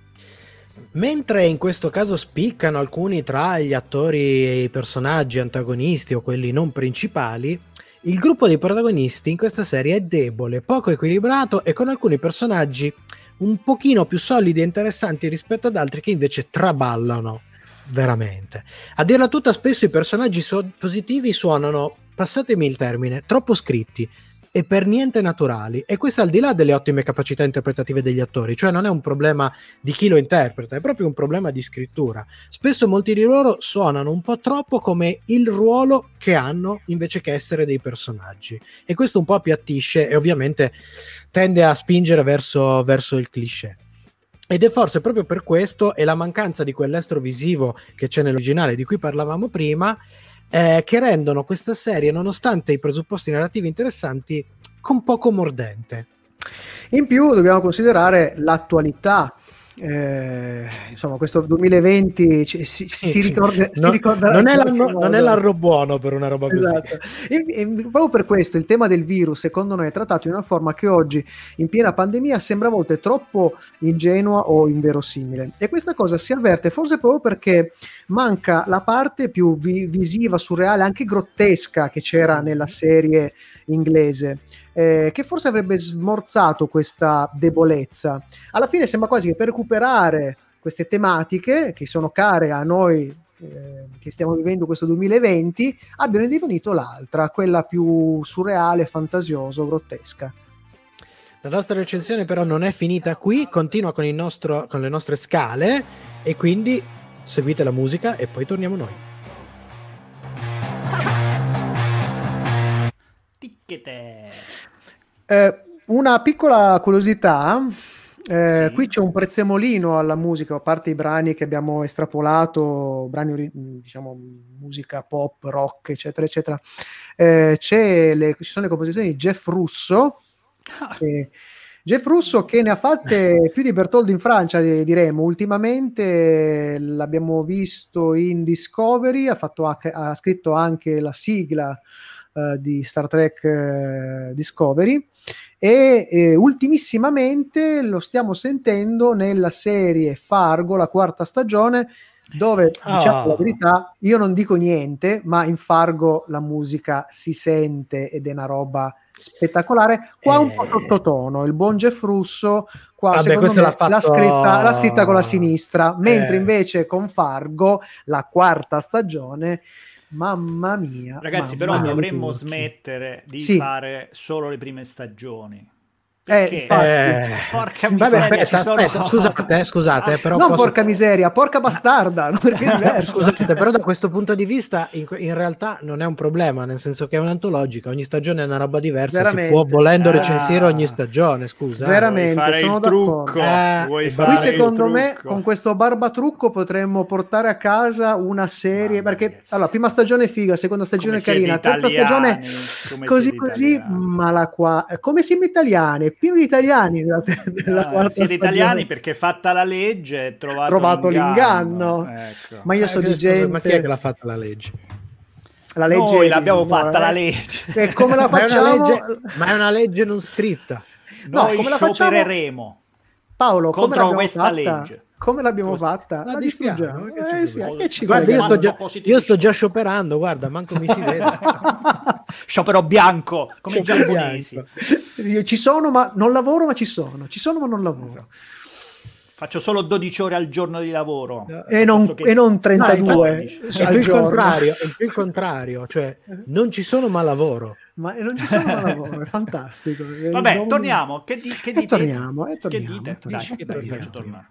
Mentre in questo caso spiccano alcuni tra gli attori e i personaggi antagonisti o quelli non principali, il gruppo dei protagonisti in questa serie è debole, poco equilibrato e con alcuni personaggi un pochino più solidi e interessanti rispetto ad altri che invece traballano veramente. A dirla tutta, spesso i personaggi su- positivi suonano, passatemi il termine, troppo scritti e per niente naturali, e questo al di là delle ottime capacità interpretative degli attori, cioè non è un problema di chi lo interpreta, è proprio un problema di scrittura. Spesso molti di loro suonano un po' troppo come il ruolo che hanno invece che essere dei personaggi, e questo un po' appiattisce e ovviamente tende a spingere verso, verso il cliché. Ed è forse proprio per questo e la mancanza di quell'estro visivo che c'è nell'originale di cui parlavamo prima, eh, che rendono questa serie, nonostante i presupposti narrativi interessanti, con poco mordente. In più dobbiamo considerare l'attualità. Eh, insomma, questo duemilaventi ci- si, si, si ricorda, si No, ricorderà non, è in qualche l'anno, non è modo. l'anno buono per una roba così. Esatto. E, e proprio per questo il tema del virus, secondo noi, è trattato in una forma che oggi, in piena pandemia, sembra a volte troppo ingenua o inverosimile. E questa cosa si avverte forse proprio perché manca la parte più vi- visiva, surreale, anche grottesca che c'era nella serie inglese, eh, che forse avrebbe smorzato questa debolezza. Alla fine sembra quasi che per recuperare queste tematiche che sono care a noi eh, che stiamo vivendo questo duemilaventi abbiano divenuto l'altra, quella più surreale, fantasiosa, grottesca. La nostra recensione però non è finita qui, continua con, il nostro, con le nostre scale, e quindi seguite la musica e poi torniamo noi. Ticchete. Eh, una piccola curiosità, eh, sì. Qui c'è un prezzemolino alla musica, a parte i brani che abbiamo estrapolato, brani diciamo musica pop, rock, eccetera, eccetera. Eh, c'è le, ci sono le composizioni di Jeff Russo, che, Jeff Russo che ne ha fatte più di Bertoldo in Francia, diremo. Ultimamente l'abbiamo visto in Discovery, ha, fatto, ha scritto anche la sigla uh, di Star Trek uh, Discovery, e eh, ultimissimamente lo stiamo sentendo nella serie Fargo, la quarta stagione, dove oh. diciamo la verità, io non dico niente, ma in Fargo la musica si sente ed è una roba spettacolare. Qua eh. un po' sottotono, il buon Jeff Russo qua Vabbè, secondo me l'ha, fatto... l'ha, scritta, l'ha scritta con la sinistra, mentre eh. invece con Fargo, la quarta stagione, mamma mia, ragazzi, mamma però mia, dovremmo smettere di sì. fare solo le prime stagioni. Eh, eh, porca miseria, vabbè, aspetta, sono... aspetta, scusate, scusate, però non posso... porca miseria, porca bastarda, perché è diverso. Scusate, però da questo punto di vista in, in realtà non è un problema, nel senso che è un'antologica, ogni stagione è una roba diversa, veramente. Si può volendo recensire ah, ogni stagione, scusa. Veramente, fare sono il d'accordo. Trucco, eh, vuoi qui fare secondo il me trucco. Con questo barbatrucco potremmo portare a casa una serie, Mamma perché ragazzi. Allora, prima stagione figa, seconda stagione come carina, terza stagione così così, italiani. Ma la qua come siamo italiani, è pieno di italiani. Della, della no, siete italiani perché fatta la legge trovato, trovato l'inganno, l'inganno. Ecco. Ma io eh, so di gente, ma chi è che l'ha fatta la legge? La legge noi l'abbiamo fatta eh. la legge e come la facciamo? Ma è una legge, ma è una legge non scritta. No, noi come la sciopereremo Paolo contro come questa fatta? Legge. Come l'abbiamo Così. fatta? La, la distruggiamo. Che eh, sì, che ci guarda, io sto, già, io sto già scioperando, guarda, manco mi si vede. Sciopero bianco, come i giapponesi. Ci sono, ma non lavoro, ma ci sono. Ci sono, ma non lavoro. Faccio solo dodici ore al giorno di lavoro. E non, che... e non trentadue no, è al il contrario, è più il contrario. Cioè, non ci sono, ma lavoro. Ma non ci sono, ma lavoro, è fantastico. Vabbè, non... torniamo. Che, di, che dite? E torniamo, e torniamo. Che dite? Torniamo. Dai, che dai, faccio tornare.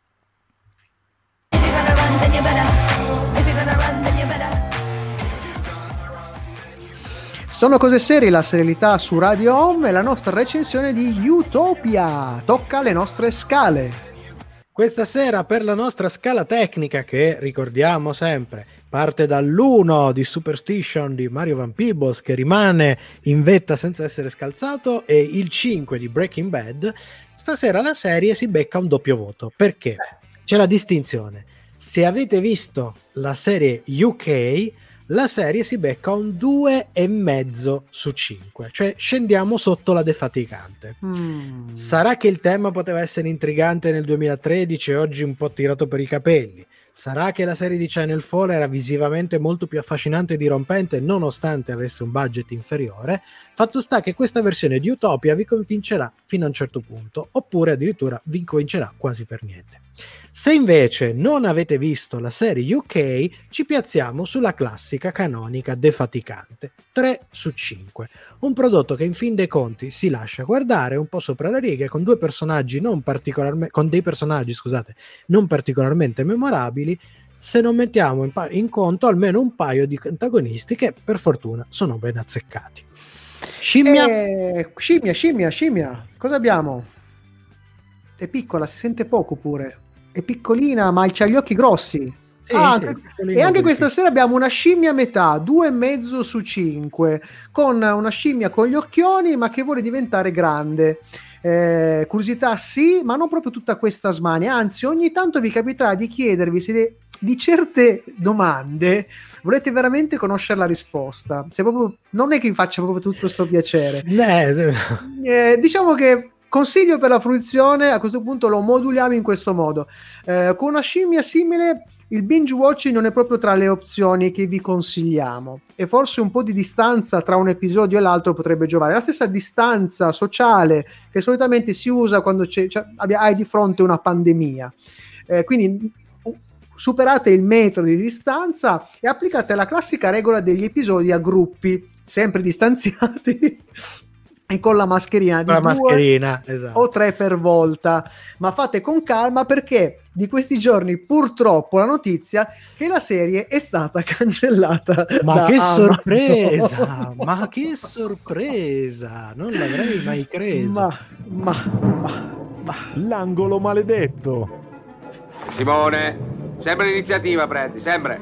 Sono cose serie, la serialità su Radio Home e la nostra recensione di Utopia. Tocca le nostre scale. Questa sera per la nostra scala tecnica, che ricordiamo sempre parte dall'uno di Superstition di Mario Van Peebles, che rimane in vetta senza essere scalzato, e il cinque di Breaking Bad, stasera la serie si becca un doppio voto. Perché? C'è la distinzione. Se avete visto la serie U K, la serie si becca un due e mezzo su cinque, cioè scendiamo sotto la defaticante. Mm. Sarà che il tema poteva essere intrigante nel duemilatredici e oggi un po' tirato per i capelli. Sarà che la serie di Channel quattro era visivamente molto più affascinante e dirompente nonostante avesse un budget inferiore. Fatto sta che questa versione di Utopia vi convincerà fino a un certo punto, oppure addirittura vi convincerà quasi per niente. Se invece non avete visto la serie U K, ci piazziamo sulla classica canonica defaticante, tre su cinque. Un prodotto che in fin dei conti si lascia guardare un po' sopra le righe, con due personaggi non particolarmente, con dei personaggi, scusate, non particolarmente memorabili, se non mettiamo in, pa- in conto almeno un paio di antagonisti che per fortuna sono ben azzeccati. Scimmia, eh, scimmia, scimmia, scimmia. Cosa abbiamo? È piccola, si sente poco pure. È piccolina, ma c'ha gli occhi grossi. Sì, ah, sì, e anche questa sera abbiamo una scimmia a metà, due e mezzo su cinque, con una scimmia con gli occhioni, ma che vuole diventare grande. Eh, curiosità sì, ma non proprio tutta questa smania. Anzi, ogni tanto vi capiterà di chiedervi se di certe domande volete veramente conoscere la risposta. Se proprio, non è che vi faccia proprio tutto questo piacere. Eh, diciamo che consiglio per la fruizione, a questo punto lo moduliamo in questo modo. Eh, con una scimmia simile, il binge watching non è proprio tra le opzioni che vi consigliamo, e forse un po' di distanza tra un episodio e l'altro potrebbe giovare. La stessa distanza sociale che solitamente si usa quando c'è, cioè, hai di fronte una pandemia. Eh, quindi superate il metro di distanza e applicate la classica regola degli episodi a gruppi, sempre distanziati e con la mascherina di la due mascherina, esatto. o tre per volta, ma fate con calma perché di questi giorni purtroppo la notizia che la serie è stata cancellata. Ma che Amazon. sorpresa, ma che sorpresa, non l'avrei mai creso. Ma, ma, ma, ma. L'angolo maledetto. Simone, sempre l'iniziativa prendi, sempre.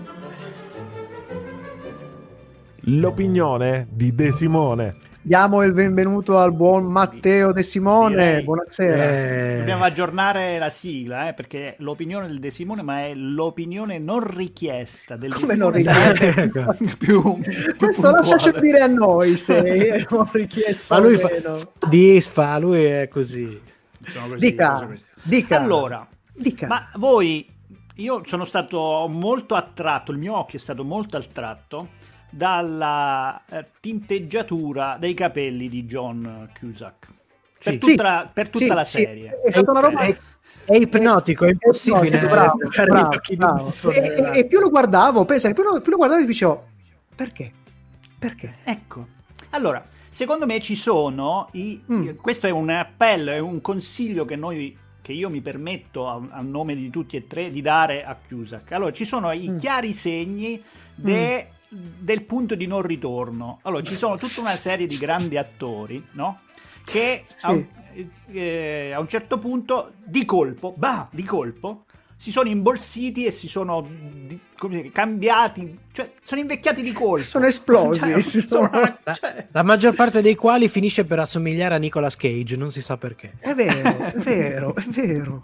L'opinione di De Simone. Diamo il benvenuto al buon Matteo De Simone. Direi. Buonasera. Eh, Dobbiamo aggiornare la sigla, eh, perché è l'opinione del De Simone, ma è l'opinione non richiesta del Come De non Simone, richiesta? sarebbe più, più Questo lasciacelo puntuale. dire a noi se è una richiesta ma lui o fa, meno. disfa, lui è così. Sono così, Dica, sono così. dica. Allora, Dica. ma voi, io sono stato molto attratto, il mio occhio è stato molto attratto dalla eh, tinteggiatura dei capelli di John Cusack per Sì. tutta, la, per tutta Sì, la sì, serie. è stata una roba È, è ipnotico, è impossibile. bravo, fare bravo, gli occhi di bravo. un solo E, e- e più lo guardavo, pensa, più lo, più lo guardavo e dicevo perché? Perché? Ecco, allora, secondo me ci sono i, Mm. questo è un appello, è un consiglio che noi che io mi permetto a, a nome di tutti e tre di dare a Cusack. Allora, ci sono i Mm. chiari segni de- del punto di non ritorno. Allora, ci sono tutta una serie di grandi attori, no? Che Sì. a, un, eh, a un certo punto, di colpo, bah, di colpo, si sono imbolsiti e si sono di- come dire, cambiati, cioè sono invecchiati di colpo. Sono esplosi. Cioè, si sono- sono- La, cioè- la maggior parte dei quali finisce per assomigliare a Nicolas Cage, non si sa perché. È vero, è vero, è vero.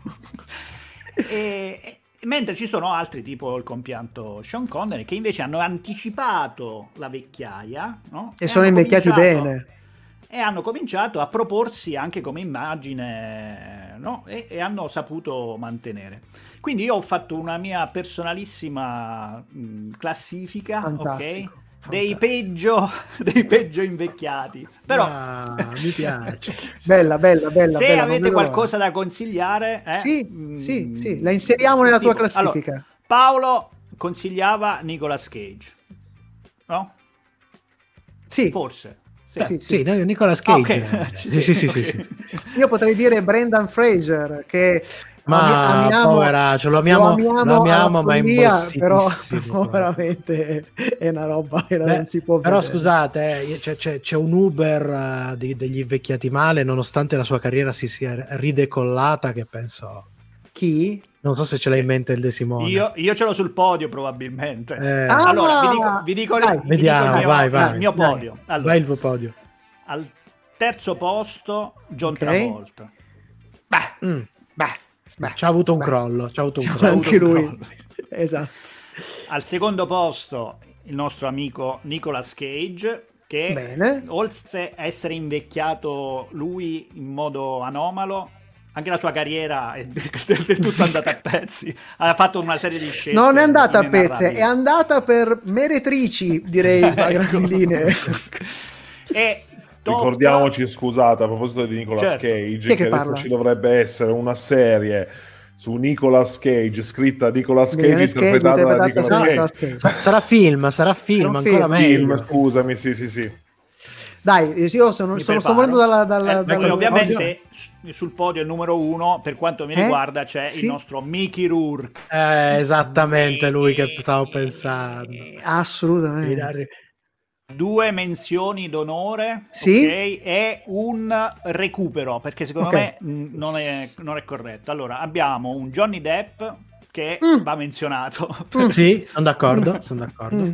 e, e- mentre ci sono altri, tipo il compianto Sean Connery, che invece hanno anticipato la vecchiaia, no? E sono hanno invecchiati cominciato- bene. e hanno cominciato a proporsi anche come immagine, no? e, e hanno saputo mantenere. Quindi io ho fatto una mia personalissima mh, classifica, Fantastico, ok? Dei peggio, dei peggio invecchiati. Però Ah, mi piace. Bella, bella, bella. se bella, non avete vedo l'ora. qualcosa da consigliare, eh, Sì, mh, sì, sì, la inseriamo nella tua tipo, classifica. allora, Paolo consigliava Nicolas Cage, no? Sì, Forse. Sì. Beh, sì, Sì, sì. no, Nicolas Ah, Cage. ok. Sì, sì, sì, sì, Ok. sì. Io potrei dire Brendan Fraser, che Ma ami- amiamo, poveraccio, lo amiamo, lo amiamo, alla ma è follia, però, imbolsitissimo, però proprio. veramente è una roba che Beh, non si può però vedere. scusate, eh, c'è, c'è- c'è un Uber eh, di- degli invecchiati male, nonostante la sua carriera si sia ridecollata, che penso... Chi? Non so se ce l'hai in mente il De Simone. Io, io ce l'ho sul podio probabilmente. Eh, Ah, Allora, vi dico, vi dico, dai, vi vediamo, dico il mio, vai, vai. il mio Dai. podio. Allora, vai il tuo podio. al terzo posto John Ok. Travolta. Beh, Mm. beh, beh. C'ha avuto un Beh. crollo, c'ha avuto un C'ha crollo. anche avuto un lui. crollo. Esatto. Al secondo posto il nostro amico Nicolas Cage, che Bene. oltre a essere invecchiato lui in modo anomalo, anche la sua carriera è del, del- del tutto andata a pezzi. Ha fatto una serie di scelte. Non è andata a pezzi, inenarrabili. è andata per meretrici, direi, a Ecco. grandi linee. E top- Ricordiamoci, scusate, a proposito di Nicolas Certo. Cage, Chi è che, che adesso parla? ci dovrebbe essere una serie su Nicolas Cage, scritta Nicolas Cage, Nicolas Cage, interpretata da interpretata Nicolas da Cage. Nicolas Cage. Sa- sarà film, sarà film, Sarà un ancora film. Film, meglio. scusami, sì, sì, sì. Dai, io sono, Mi sono, sto preparo. morendo dalla... dalla, Eh, dalla- poi ovviamente s- sul podio il numero uno, per quanto mi Eh? riguarda, c'è Sì? il nostro Mickey Rourke. Eh, esattamente lui che stavo pensando. Assolutamente. Due menzioni d'onore, Sì? ok, e un recupero, perché secondo Ok. me mh, non è, non è corretto. Allora, abbiamo un Johnny Depp che Mm. va menzionato, Sì, sono d'accordo, sono d'accordo. Mm.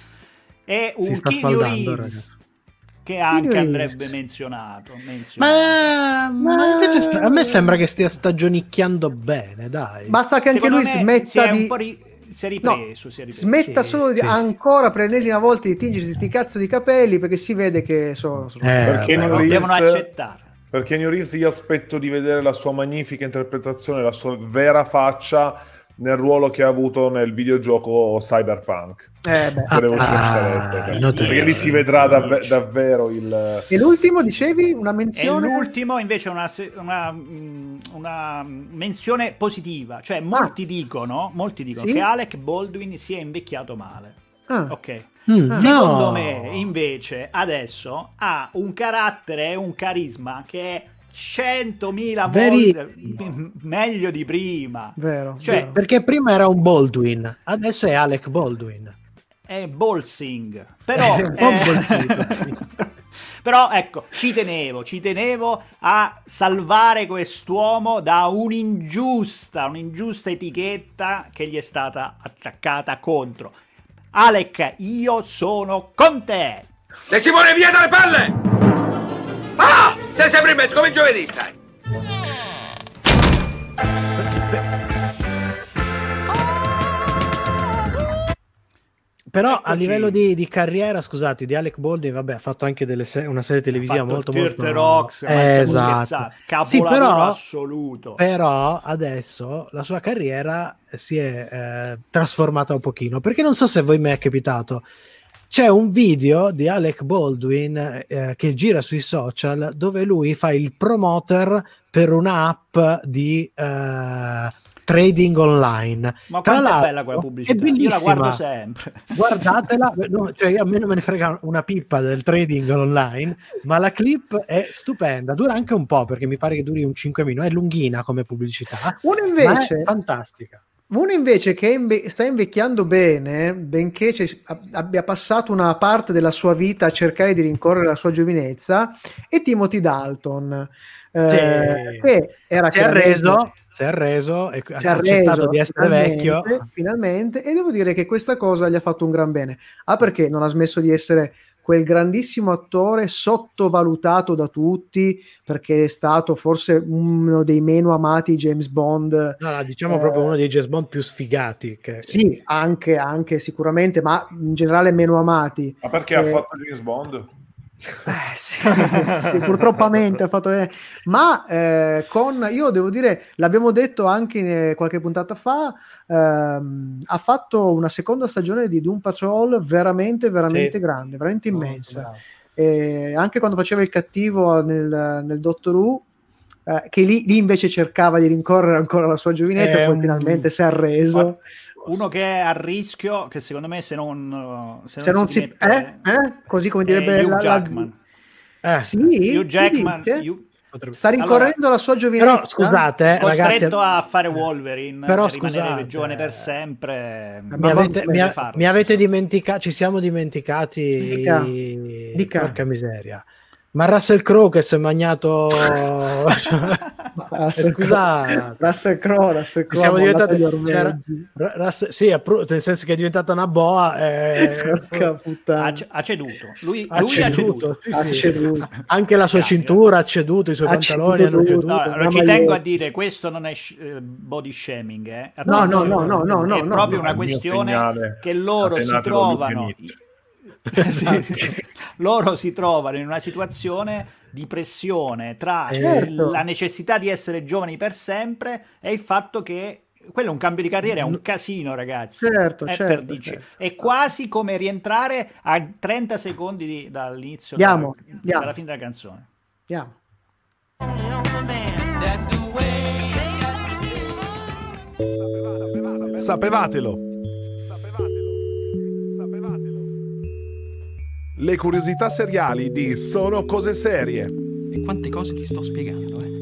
e Si un sta Keanu sfaldando, Reeves ragazzi. che anche Reeves. andrebbe menzionato. menzionato. Ma, ma invece sta- a me sembra che stia stagionicchiando bene, dai. Basta che anche Secondo lui me smetta si è di... un po' ri- si è ripreso, si è ripreso. Smetta Sì, solo di, sì. ancora per l'ennesima volta di tingersi sti cazzo di capelli, perché si vede che sono... sono- Eh, Perché vabbè. non Lo Reeves- devono accettare. Perché New Reeves io aspetto di vedere la sua magnifica interpretazione, la sua vera faccia nel ruolo che ha avuto nel videogioco Cyberpunk. Eh beh. Sarebbe un Ah, piacerebbe, no, perché lì si vedrà dav- davvero il... E l'ultimo, dicevi, una E menzione? l'ultimo invece è una, se- una, mm, una menzione positiva, cioè molti dicono, molti dicono Sì? che Alec Baldwin sia invecchiato male. Ah. Ok. Mm, Secondo no. me invece adesso ha un carattere e un carisma che è centomila Veri- volte m- meglio di prima. Vero. Cioè, vero. Perché prima era un Baldwin, adesso è Alec Baldwin. è Bolsing, però Un po' eh, Bolsing, sì. però ecco, ci tenevo, ci tenevo a salvare quest'uomo da un'ingiusta, un'ingiusta etichetta che gli è stata attaccata contro. Alec, io sono con te. De Simone, via dalle palle! Ah! Sei sempre in mezzo, come giovedì stai. Però Eccoci. a livello di, di carriera, scusate, di Alec Baldwin, vabbè, ha fatto anche delle se- una serie televisiva Fatto molto Dirty molto Rocks, ma Eh, stiamo esatto. scherzando. Capolavoro Sì, però, assoluto. però adesso la sua carriera si è eh, trasformata un pochino, perché non so se a voi mi è capitato. C'è un video di Alec Baldwin eh, che gira sui social dove lui fa il promoter per un'app di eh, trading online. Ma Tra quanto è l'altro, bella quella è pubblicità? Io la bellissima. guardo sempre. Guardatela, no, cioè a me non me ne frega una pippa del trading online, ma la clip è stupenda, dura anche un po' perché mi pare che duri un cinque minuti, è lunghina come pubblicità, Uno ma invece, è fantastica. uno invece che inve- sta invecchiando bene, benché ci- abbia passato una parte della sua vita a cercare di rincorrere la sua giovinezza, è Timothy Dalton. eh, Sì. che era Si è chiaramente- arreso, si è arreso e si è ha accettato arreso di essere finalmente, vecchio. finalmente, e devo dire che questa cosa gli ha fatto un gran bene. Ah, perché non ha smesso di essere quel grandissimo attore sottovalutato da tutti, perché è stato forse uno dei meno amati James Bond. No, no, diciamo Eh, proprio uno dei James Bond più sfigati. Che... Sì, anche, anche sicuramente, ma in generale meno amati. Ma perché Eh, ha fatto James Bond? Eh, sì, sì, purtroppo ha fatto eh. ma eh, con io devo dire, l'abbiamo detto anche in, eh, qualche puntata fa, ehm, ha fatto una seconda stagione di Doom Patrol veramente veramente Sì. grande, veramente Molto immensa. bravo. E anche quando faceva il cattivo nel, nel Doctor Who, eh, che lì, lì invece cercava di rincorrere ancora la sua giovinezza, È poi un- finalmente si è arreso. Uno che è a rischio, che secondo me se non, se Se non si, mette, eh, eh, così come è direbbe Hugh la, la- Jackman. Eh, sì, Hugh chi Jackman dice? Hugh- potrebbe- Sta rincorrendo Allora, la sua giovinezza. Però scusate, eh, costretto ragazzi, a fare Wolverine, però e rimanere scusate, giovane per sempre. mi Ma avete, va- mi, deve a- farlo. mi avete dimenticato, ci siamo dimenticati, Dica. Dica. porca miseria, ma Russell Crowe che si è magnato Russell Eh, scusa, Russell Crowe, Russell Crowe, siamo ha mollato diventati gli ormeggi. c'era- Ra- Russell- sì, appro- nel senso che è diventata una boa, eh, Porca puttana. Ha, ha ceduto. Lui, ha lui ha ceduto, ceduto. sì, Ha sì. ceduto. Anche la sua Grazie, cintura ha ceduto, i suoi Ha pantaloni ceduto hanno tutto. ceduto. No, una lo ci maglietta. tengo a dire, questo non è sh- eh, body shaming, eh. No, no, no, no, no, no, è no, proprio no, una il mio questione segnale che loro si scatenato trovano con Luke Sì. loro si trovano in una situazione di pressione tra Certo. la necessità di essere giovani per sempre e il fatto che quello è un cambio di carriera, è un casino, ragazzi. Certo, è, certo, per dirci- certo. è quasi come rientrare a trenta secondi di- dall'inizio Andiamo, della, andiamo. dalla fine della canzone. Andiamo. Sapevatelo. Le curiosità seriali di Sono Cose Serie. E quante cose ti sto spiegando, eh?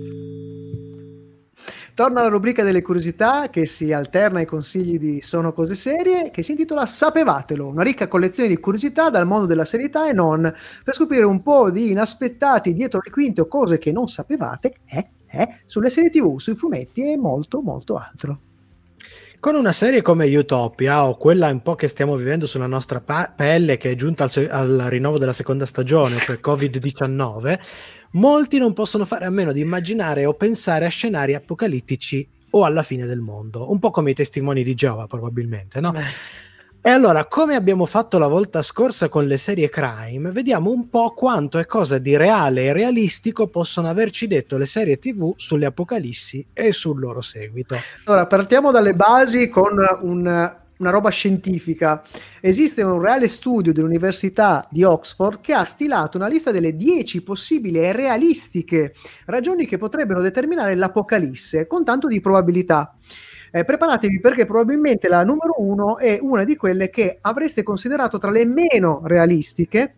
Torna la rubrica delle curiosità che si alterna ai consigli di Sono Cose Serie, che si intitola Sapevatelo, una ricca collezione di curiosità dal mondo della serietà e non, per scoprire un po' di inaspettati dietro le quinte o cose che non sapevate eh, eh, sulle serie tivù, sui fumetti e molto molto altro. Con una serie come Utopia, o quella un po' che stiamo vivendo sulla nostra pa- pelle, che è giunta al, se- al rinnovo della seconda stagione, cioè covid diciannove, molti non possono fare a meno di immaginare o pensare a scenari apocalittici o alla fine del mondo, un po' come i testimoni di Geova probabilmente, no? E allora, come abbiamo fatto la volta scorsa con le serie crime, vediamo un po' quanto e cosa di reale e realistico possono averci detto le serie tivù sulle apocalissi e sul loro seguito. Allora, partiamo dalle basi con un, una roba scientifica. Esiste un reale studio dell'Università di Oxford che ha stilato una lista delle dieci possibili e realistiche ragioni che potrebbero determinare l'apocalisse, con tanto di probabilità. Eh, preparatevi, perché probabilmente la numero uno è una di quelle che avreste considerato tra le meno realistiche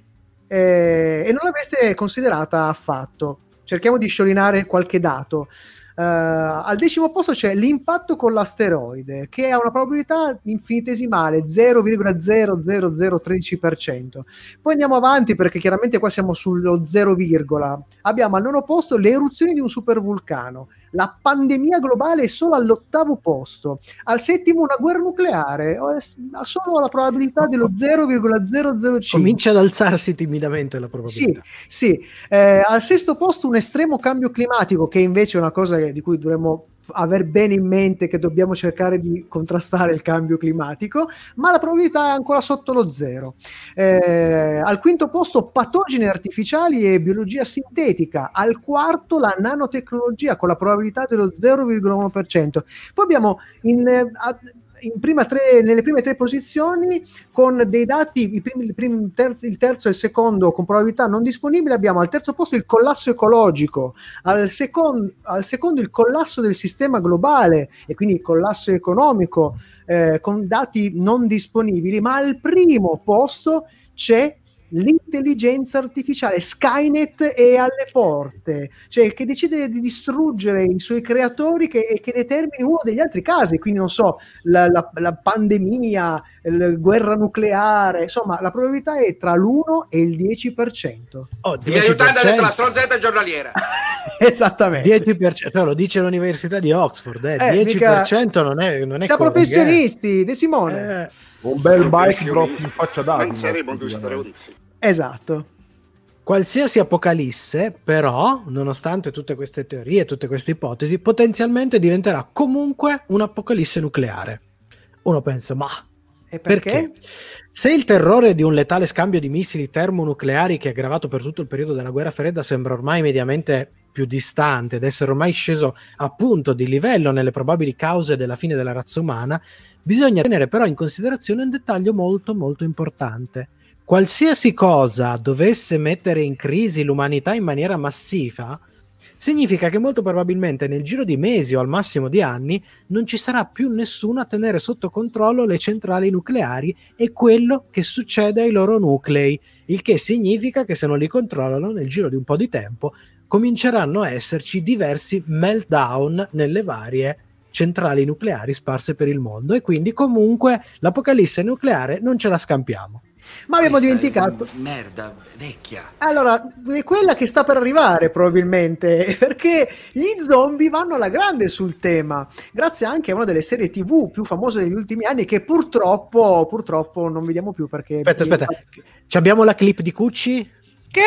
eh, e non l'avreste considerata affatto. Cerchiamo di sciorinare qualche dato. Uh, al decimo posto c'è l'impatto con l'asteroide, che ha una probabilità infinitesimale, zero virgola zero zero zero uno tre per cento. Poi andiamo avanti, perché chiaramente qua siamo sullo zero, abbiamo al nono posto le eruzioni di un supervulcano, la pandemia globale è solo all'ottavo posto, al settimo una guerra nucleare, ha solo la probabilità dello zero virgola zero zero cinque. Comincia ad alzarsi timidamente la probabilità. Sì, sì. Eh, al sesto posto un estremo cambio climatico, che invece è una cosa di cui dovremmo aver bene in mente, che dobbiamo cercare di contrastare il cambio climatico, ma la probabilità è ancora sotto lo zero. Eh, al quinto posto patogeni artificiali e biologia sintetica, al quarto la nanotecnologia con la probabilità dello zero virgola uno per cento. Poi abbiamo in, in prima tre, nelle prime tre posizioni, con dei dati, i primi, il, primi, terzo, il terzo e il secondo con probabilità non disponibili, abbiamo al terzo posto il collasso ecologico, al secondo, al secondo il collasso del sistema globale e quindi il collasso economico eh, con dati non disponibili, ma al primo posto c'è l'intelligenza artificiale. Skynet è alle porte, cioè che decide di distruggere i suoi creatori che, e che determini uno degli altri casi, quindi non so, la, la, la pandemia, la guerra nucleare, insomma la probabilità è tra l'uno e il dieci per cento. Oh, mi aiutando a detto la stronzetta giornaliera. Esattamente, dieci per cento, cioè, lo dice l'Università di Oxford, eh, eh, dieci per cento mica... non è, non è siamo professionisti, De Simone. Eh. Un bel bike drop in faccia d'Aquila. Esatto. Qualsiasi apocalisse, però, nonostante tutte queste teorie, tutte queste ipotesi, potenzialmente diventerà comunque un'apocalisse nucleare. Uno pensa, ma e perché? perché? Se il terrore di un letale scambio di missili termonucleari che è aggravato per tutto il periodo della guerra fredda sembra ormai mediamente più distante ed essere ormai sceso appunto di livello nelle probabili cause della fine della razza umana, bisogna tenere però in considerazione un dettaglio molto molto importante. Qualsiasi cosa dovesse mettere in crisi l'umanità in maniera massiva, significa che molto probabilmente nel giro di mesi o al massimo di anni non ci sarà più nessuno a tenere sotto controllo le centrali nucleari e quello che succede ai loro nuclei, il che significa che se non li controllano nel giro di un po' di tempo cominceranno a esserci diversi meltdown nelle varie centrali nucleari sparse per il mondo e quindi comunque l'apocalisse nucleare non ce la scampiamo. Ma abbiamo dimenticato. Merda, vecchia. Allora, è quella che sta per arrivare probabilmente, perché gli zombie vanno alla grande sul tema, grazie anche a una delle serie tivù più famose degli ultimi anni che purtroppo, purtroppo non vediamo più perché... Aspetta, aspetta, ci abbiamo la clip di Cucci? Che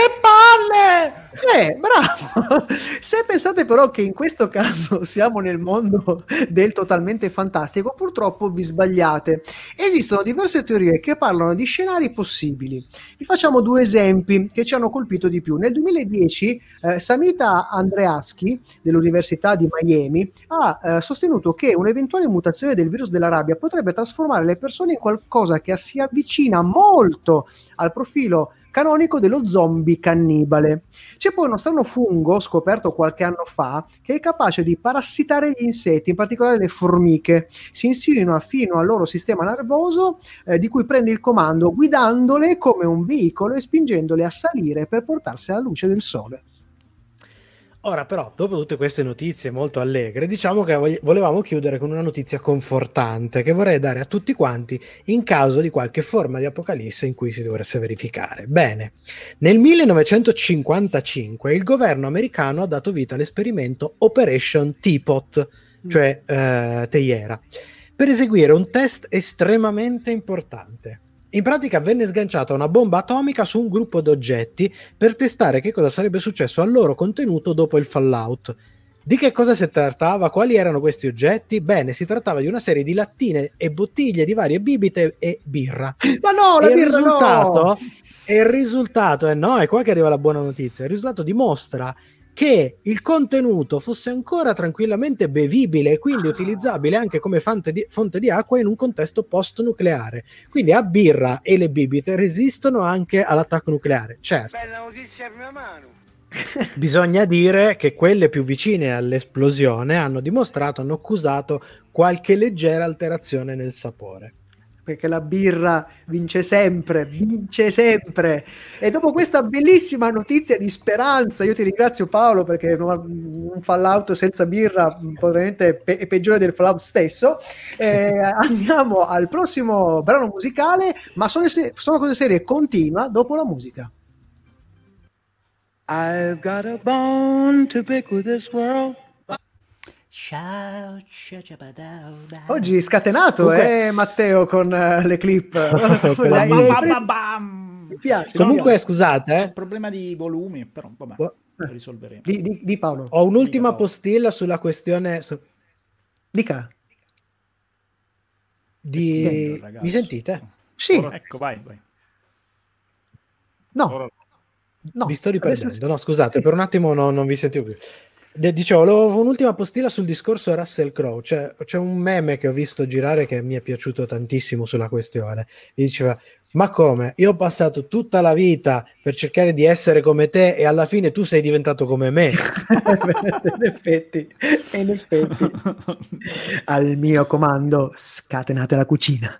palle! Eh, bravo! Se pensate però che in questo caso siamo nel mondo del totalmente fantastico, purtroppo vi sbagliate. Esistono diverse teorie che parlano di scenari possibili. Vi facciamo due esempi che ci hanno colpito di più. Nel duemiladieci eh, Samita Andreaschi dell'Università di Miami ha eh, sostenuto che un'eventuale mutazione del virus della rabbia potrebbe trasformare le persone in qualcosa che si avvicina molto al profilo canonico dello zombie cannibale. C'è poi uno strano fungo scoperto qualche anno fa che è capace di parassitare gli insetti, in particolare le formiche. Si insinua fino al loro sistema nervoso eh, di cui prende il comando, guidandole come un veicolo e spingendole a salire per portarsi alla luce del sole. Ora però, dopo tutte queste notizie molto allegre, diciamo che volevamo chiudere con una notizia confortante che vorrei dare a tutti quanti in caso di qualche forma di apocalisse in cui si dovesse verificare. Bene, nel millenovecentocinquantacinque il governo americano ha dato vita all'esperimento Operation Teapot, cioè eh, teiera, per eseguire un test estremamente importante. In pratica venne sganciata una bomba atomica su un gruppo di oggetti per testare che cosa sarebbe successo al loro contenuto dopo il fallout. Di che cosa si trattava? Quali erano questi oggetti? Bene, si trattava di una serie di lattine e bottiglie di varie bibite e birra. Ma no, la e birra il risultato, no! E il risultato, eh no, è qua che arriva la buona notizia, il risultato dimostra che il contenuto fosse ancora tranquillamente bevibile e quindi utilizzabile anche come fonte di, fonte di acqua in un contesto post-nucleare. Quindi a birra e le bibite resistono anche all'attacco nucleare. Certo. Bella notizia a mia mano. Bisogna dire che quelle più vicine all'esplosione hanno dimostrato, hanno accusato qualche leggera alterazione nel sapore. Perché la birra vince sempre, vince sempre. E dopo questa bellissima notizia di speranza, io ti ringrazio Paolo, perché un Fallout senza birra probabilmente pe- è peggiore del Fallout stesso. Eh, andiamo al prossimo brano musicale, ma sono, se- sono cose serie, continua dopo la musica. I've got a bone to pick with this world. Oggi scatenato, Comunque... eh, Matteo, con uh, le clip. Mi piace. Comunque, no, scusate, eh. un problema di volumi, però vabbè, lo risolveremo. Di, di, di Paolo. Ho un'ultima postilla sulla questione. Su... Dica. Di... Dentro, mi sentite? Sì. Ora, ecco, vai, vai. No. Ora... no. Vi sto riperdendo. Adesso... No, scusate, sì. per un attimo no, non vi sentivo più. Dicevo, ho un'ultima postilla sul discorso Russell Crowe. Cioè, c'è un meme che ho visto girare che mi è piaciuto tantissimo sulla questione. Mi diceva: ma come? Io ho passato tutta la vita per cercare di essere come te e alla fine tu sei diventato come me. in effetti, in effetti. Al mio comando, scatenate la cucina.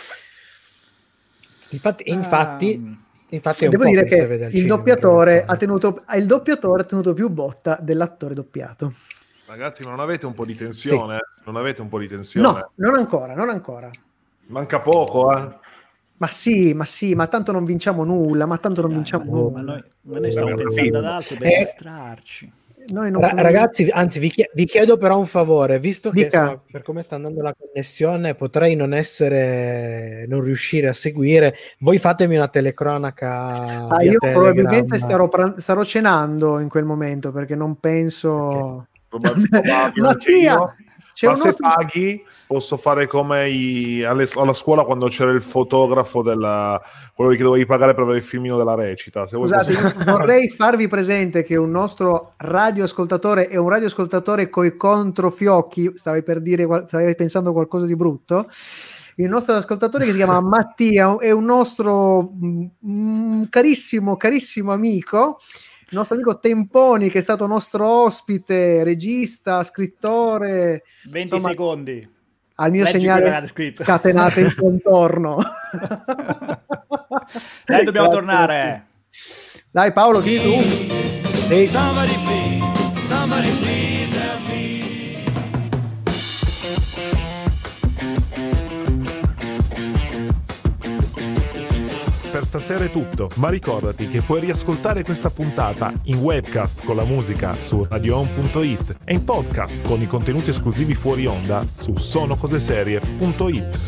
Infatti, infatti um... Infatti è devo un dire che il cinema, doppiatore ha tenuto il doppiatore ha tenuto più botta dell'attore doppiato. Ragazzi, ma non avete un po' di tensione? Sì. Non avete un po' di tensione? No, non ancora, non ancora. Manca poco, eh. Ma sì, ma sì, ma tanto non vinciamo nulla, ma tanto non Dai, vinciamo ma, nulla. Ma noi, ma noi stiamo pensando ad altro per eh, distrarci. Noi non Ra- ragazzi, anzi vi, chied- vi chiedo però un favore, visto che Dica. insomma, per come sta andando la connessione potrei non essere, non riuscire a seguire, voi fatemi una telecronaca. Ah, via io Telegram. probabilmente starò, pran- starò cenando in quel momento, perché non penso... Probabilmente Mattia! C'è ma un se nostro... paghi posso fare come i, alle, alla scuola quando c'era il fotografo della, quello che dovevi pagare per avere il filmino della recita. Se Scusate, posso... io vorrei farvi presente che un nostro radioascoltatore è un radioascoltatore coi controfiocchi. Stavi per dire, stavi pensando qualcosa di brutto? Il nostro ascoltatore, che si chiama Mattia, è un nostro mm, carissimo carissimo amico, il nostro amico Temponi, che è stato nostro ospite, regista, scrittore. venti insomma, secondi al mio Leggi segnale scatenate il contorno. Dai, dobbiamo tornare. Dai Paolo, chiedi tu. Hey. Somebody please, somebody please help me. Per stasera è tutto, ma ricordati che puoi riascoltare questa puntata in webcast con la musica su radio home punto it e in podcast con i contenuti esclusivi fuori onda su sono cose serie punto it.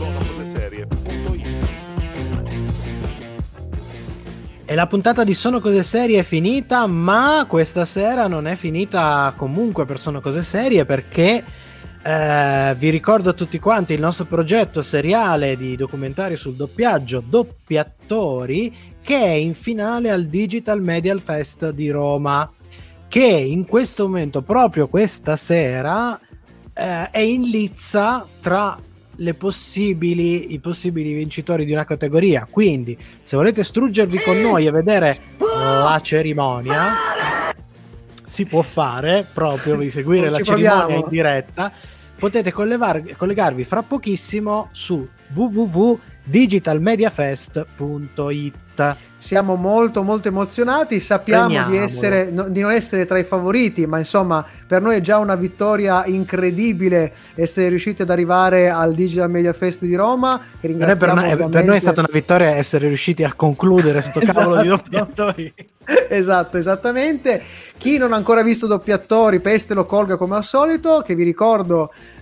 E la puntata di Sono Cose Serie è finita, ma questa sera non è finita comunque per Sono Cose Serie, perché eh, vi ricordo a tutti quanti il nostro progetto seriale di documentari sul doppiaggio Doppiatori, che è in finale al Digital Media Fest di Roma, che in questo momento, proprio questa sera, eh, è in lizza tra le possibili, i possibili vincitori di una categoria. Quindi se volete struggervi sì. con noi e vedere la cerimonia, si può fare, proprio vi seguire non la cerimonia proviamo. in diretta. Potete collevar- collegarvi fra pochissimo su w w w punto digital media fest punto it. Siamo molto molto emozionati, sappiamo di, essere, no, di non essere tra i favoriti, ma insomma per noi è già una vittoria incredibile essere riusciti ad arrivare al Digital Media Fest di Roma. Che ringraziamo per, noi, ovviamente... per noi è stata una vittoria essere riusciti a concludere sto esatto. cavolo di doppiatori. Esatto, esattamente. Chi non ha ancora visto Doppiatori, peste lo colga come al solito, che vi ricordo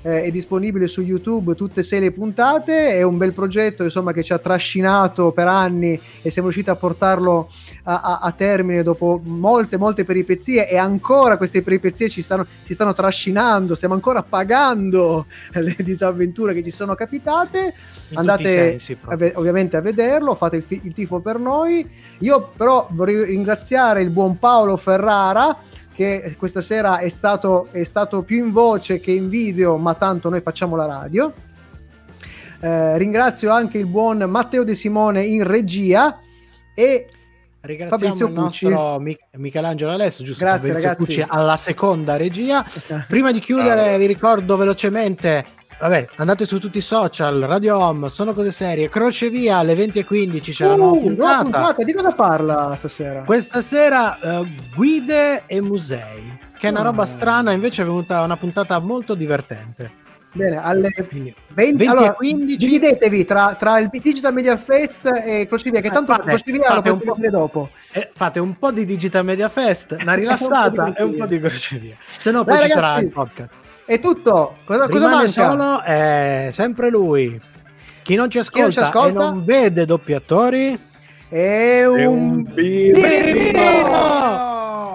eh, è disponibile su YouTube tutte e sei le puntate. È un bel progetto, insomma, che ci ha trascinato per anni e siamo riusciti a portarlo a, a, a termine dopo molte molte peripezie, e ancora queste peripezie ci stanno, ci stanno trascinando, stiamo ancora pagando le disavventure che ci sono capitate. In Andate sensi, a ve- ovviamente a vederlo, fate il, fi- il tifo per noi. Io però vorrei ringraziare il buon Paolo Ferrara, che questa sera è stato, è stato più in voce che in video, ma tanto noi facciamo la radio. Eh, ringrazio anche il buon Matteo De Simone in regia e ringraziamo Fabrizio il Pucci. nostro Mi- Michelangelo Alessio, giusto? Grazie, Fabrizio ragazzi. Pucci alla seconda regia. Prima di chiudere vi ricordo velocemente, vabbè, andate su tutti i social, Radio Home, Sono Cose Serie, Crocevia alle venti e quindici c'è la nuova Uh, nuova puntata. puntata. Di cosa parla stasera? Questa sera eh, guide e musei, che è una roba Ah. strana, invece è venuta una puntata molto divertente. Bene, alle Quindi, venti, venti allora, e quindici dividetevi tra, tra il Digital Media Fest e Crocevia, che Eh, tanto fate- Crocevia lo fate potete un po'- vedere dopo. eh, fate un po' di Digital Media Fest, una rilassata e un po' di Crocevia, se no poi Dai, ci sarà ragazzi, il podcast. è tutto. Cosa, cosa Rimane manca? solo è sempre lui. Chi non ci ascolta, non ci ascolta? e non vede doppi attori È un, È un birro. Birro!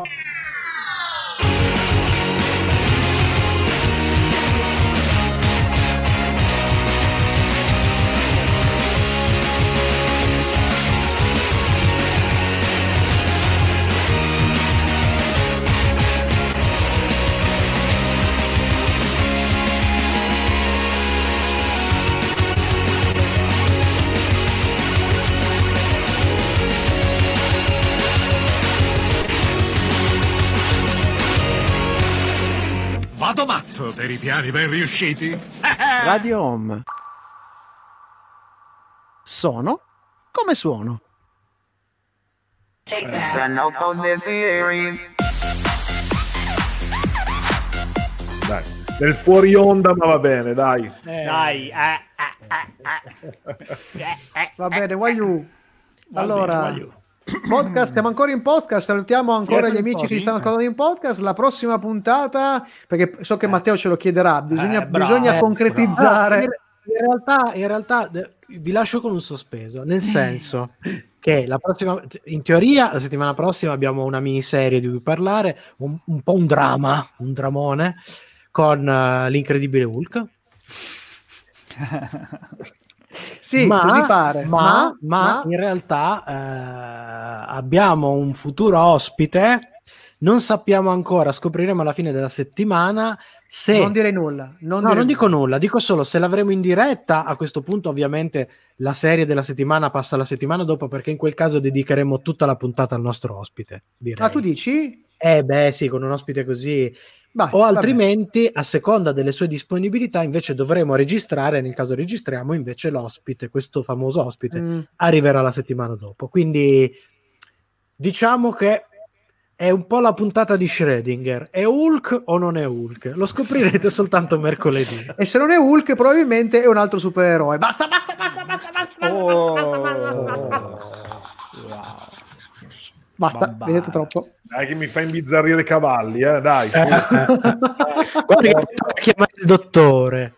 Vado matto per i piani ben riusciti. Radio Home. Sono come suono. Dai, nel fuori onda, ma va bene, dai. Eh, Dai, eh, eh, eh, eh. Eh, Va eh, bene, voglio. va Allora, bene, voglio. podcast, siamo ancora in podcast. Salutiamo ancora Yes, gli amici sì. che ci stanno ascoltando in podcast. La prossima puntata, perché so che Matteo ce lo chiederà, bisogna, Eh, bravo, bisogna eh, concretizzare. Ah, in, in realtà, in realtà eh, vi lascio con un sospeso, nel senso che la prossima, in teoria la settimana prossima abbiamo una miniserie di cui parlare, un, un po' un dramma, un dramone con uh, l'incredibile Hulk. Sì, ma, così pare. ma, Ma, ma ma- in realtà eh, abbiamo un futuro ospite, non sappiamo ancora, scopriremo alla fine della settimana se... non dire nulla. Non No, dire non dico nulla, dico solo se l'avremo in diretta. A questo punto ovviamente la serie della settimana passa la settimana dopo, perché in quel caso dedicheremo tutta la puntata al nostro ospite, direi. Ah, tu dici? Eh beh sì, con un ospite così. Vai, O vabbè. altrimenti, a seconda delle sue disponibilità, invece dovremo registrare, nel caso registriamo, invece l'ospite, questo famoso ospite, Mm. arriverà la settimana dopo. Quindi diciamo che è un po' la puntata di Schrödinger. È Hulk o non è Hulk? Lo scoprirete soltanto mercoledì. E se non è Hulk, probabilmente è un altro supereroe. Basta, basta, basta, basta, basta, basta, Oh. basta, basta, basta, basta, basta. Basta, Vabbè. vedete troppo. Dai che mi fa imbizzarrire i cavalli, eh, dai. Guarda che tocca chiamare il dottore.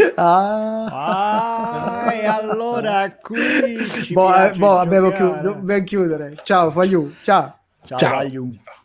Ah. Ah, e allora qui ci boh, eh, piace boh, abbiamo giocare. chiu- dobbiamo chiudere. Ciao, Fagliù. Ciao. Ciao, Ciao. Vagliu.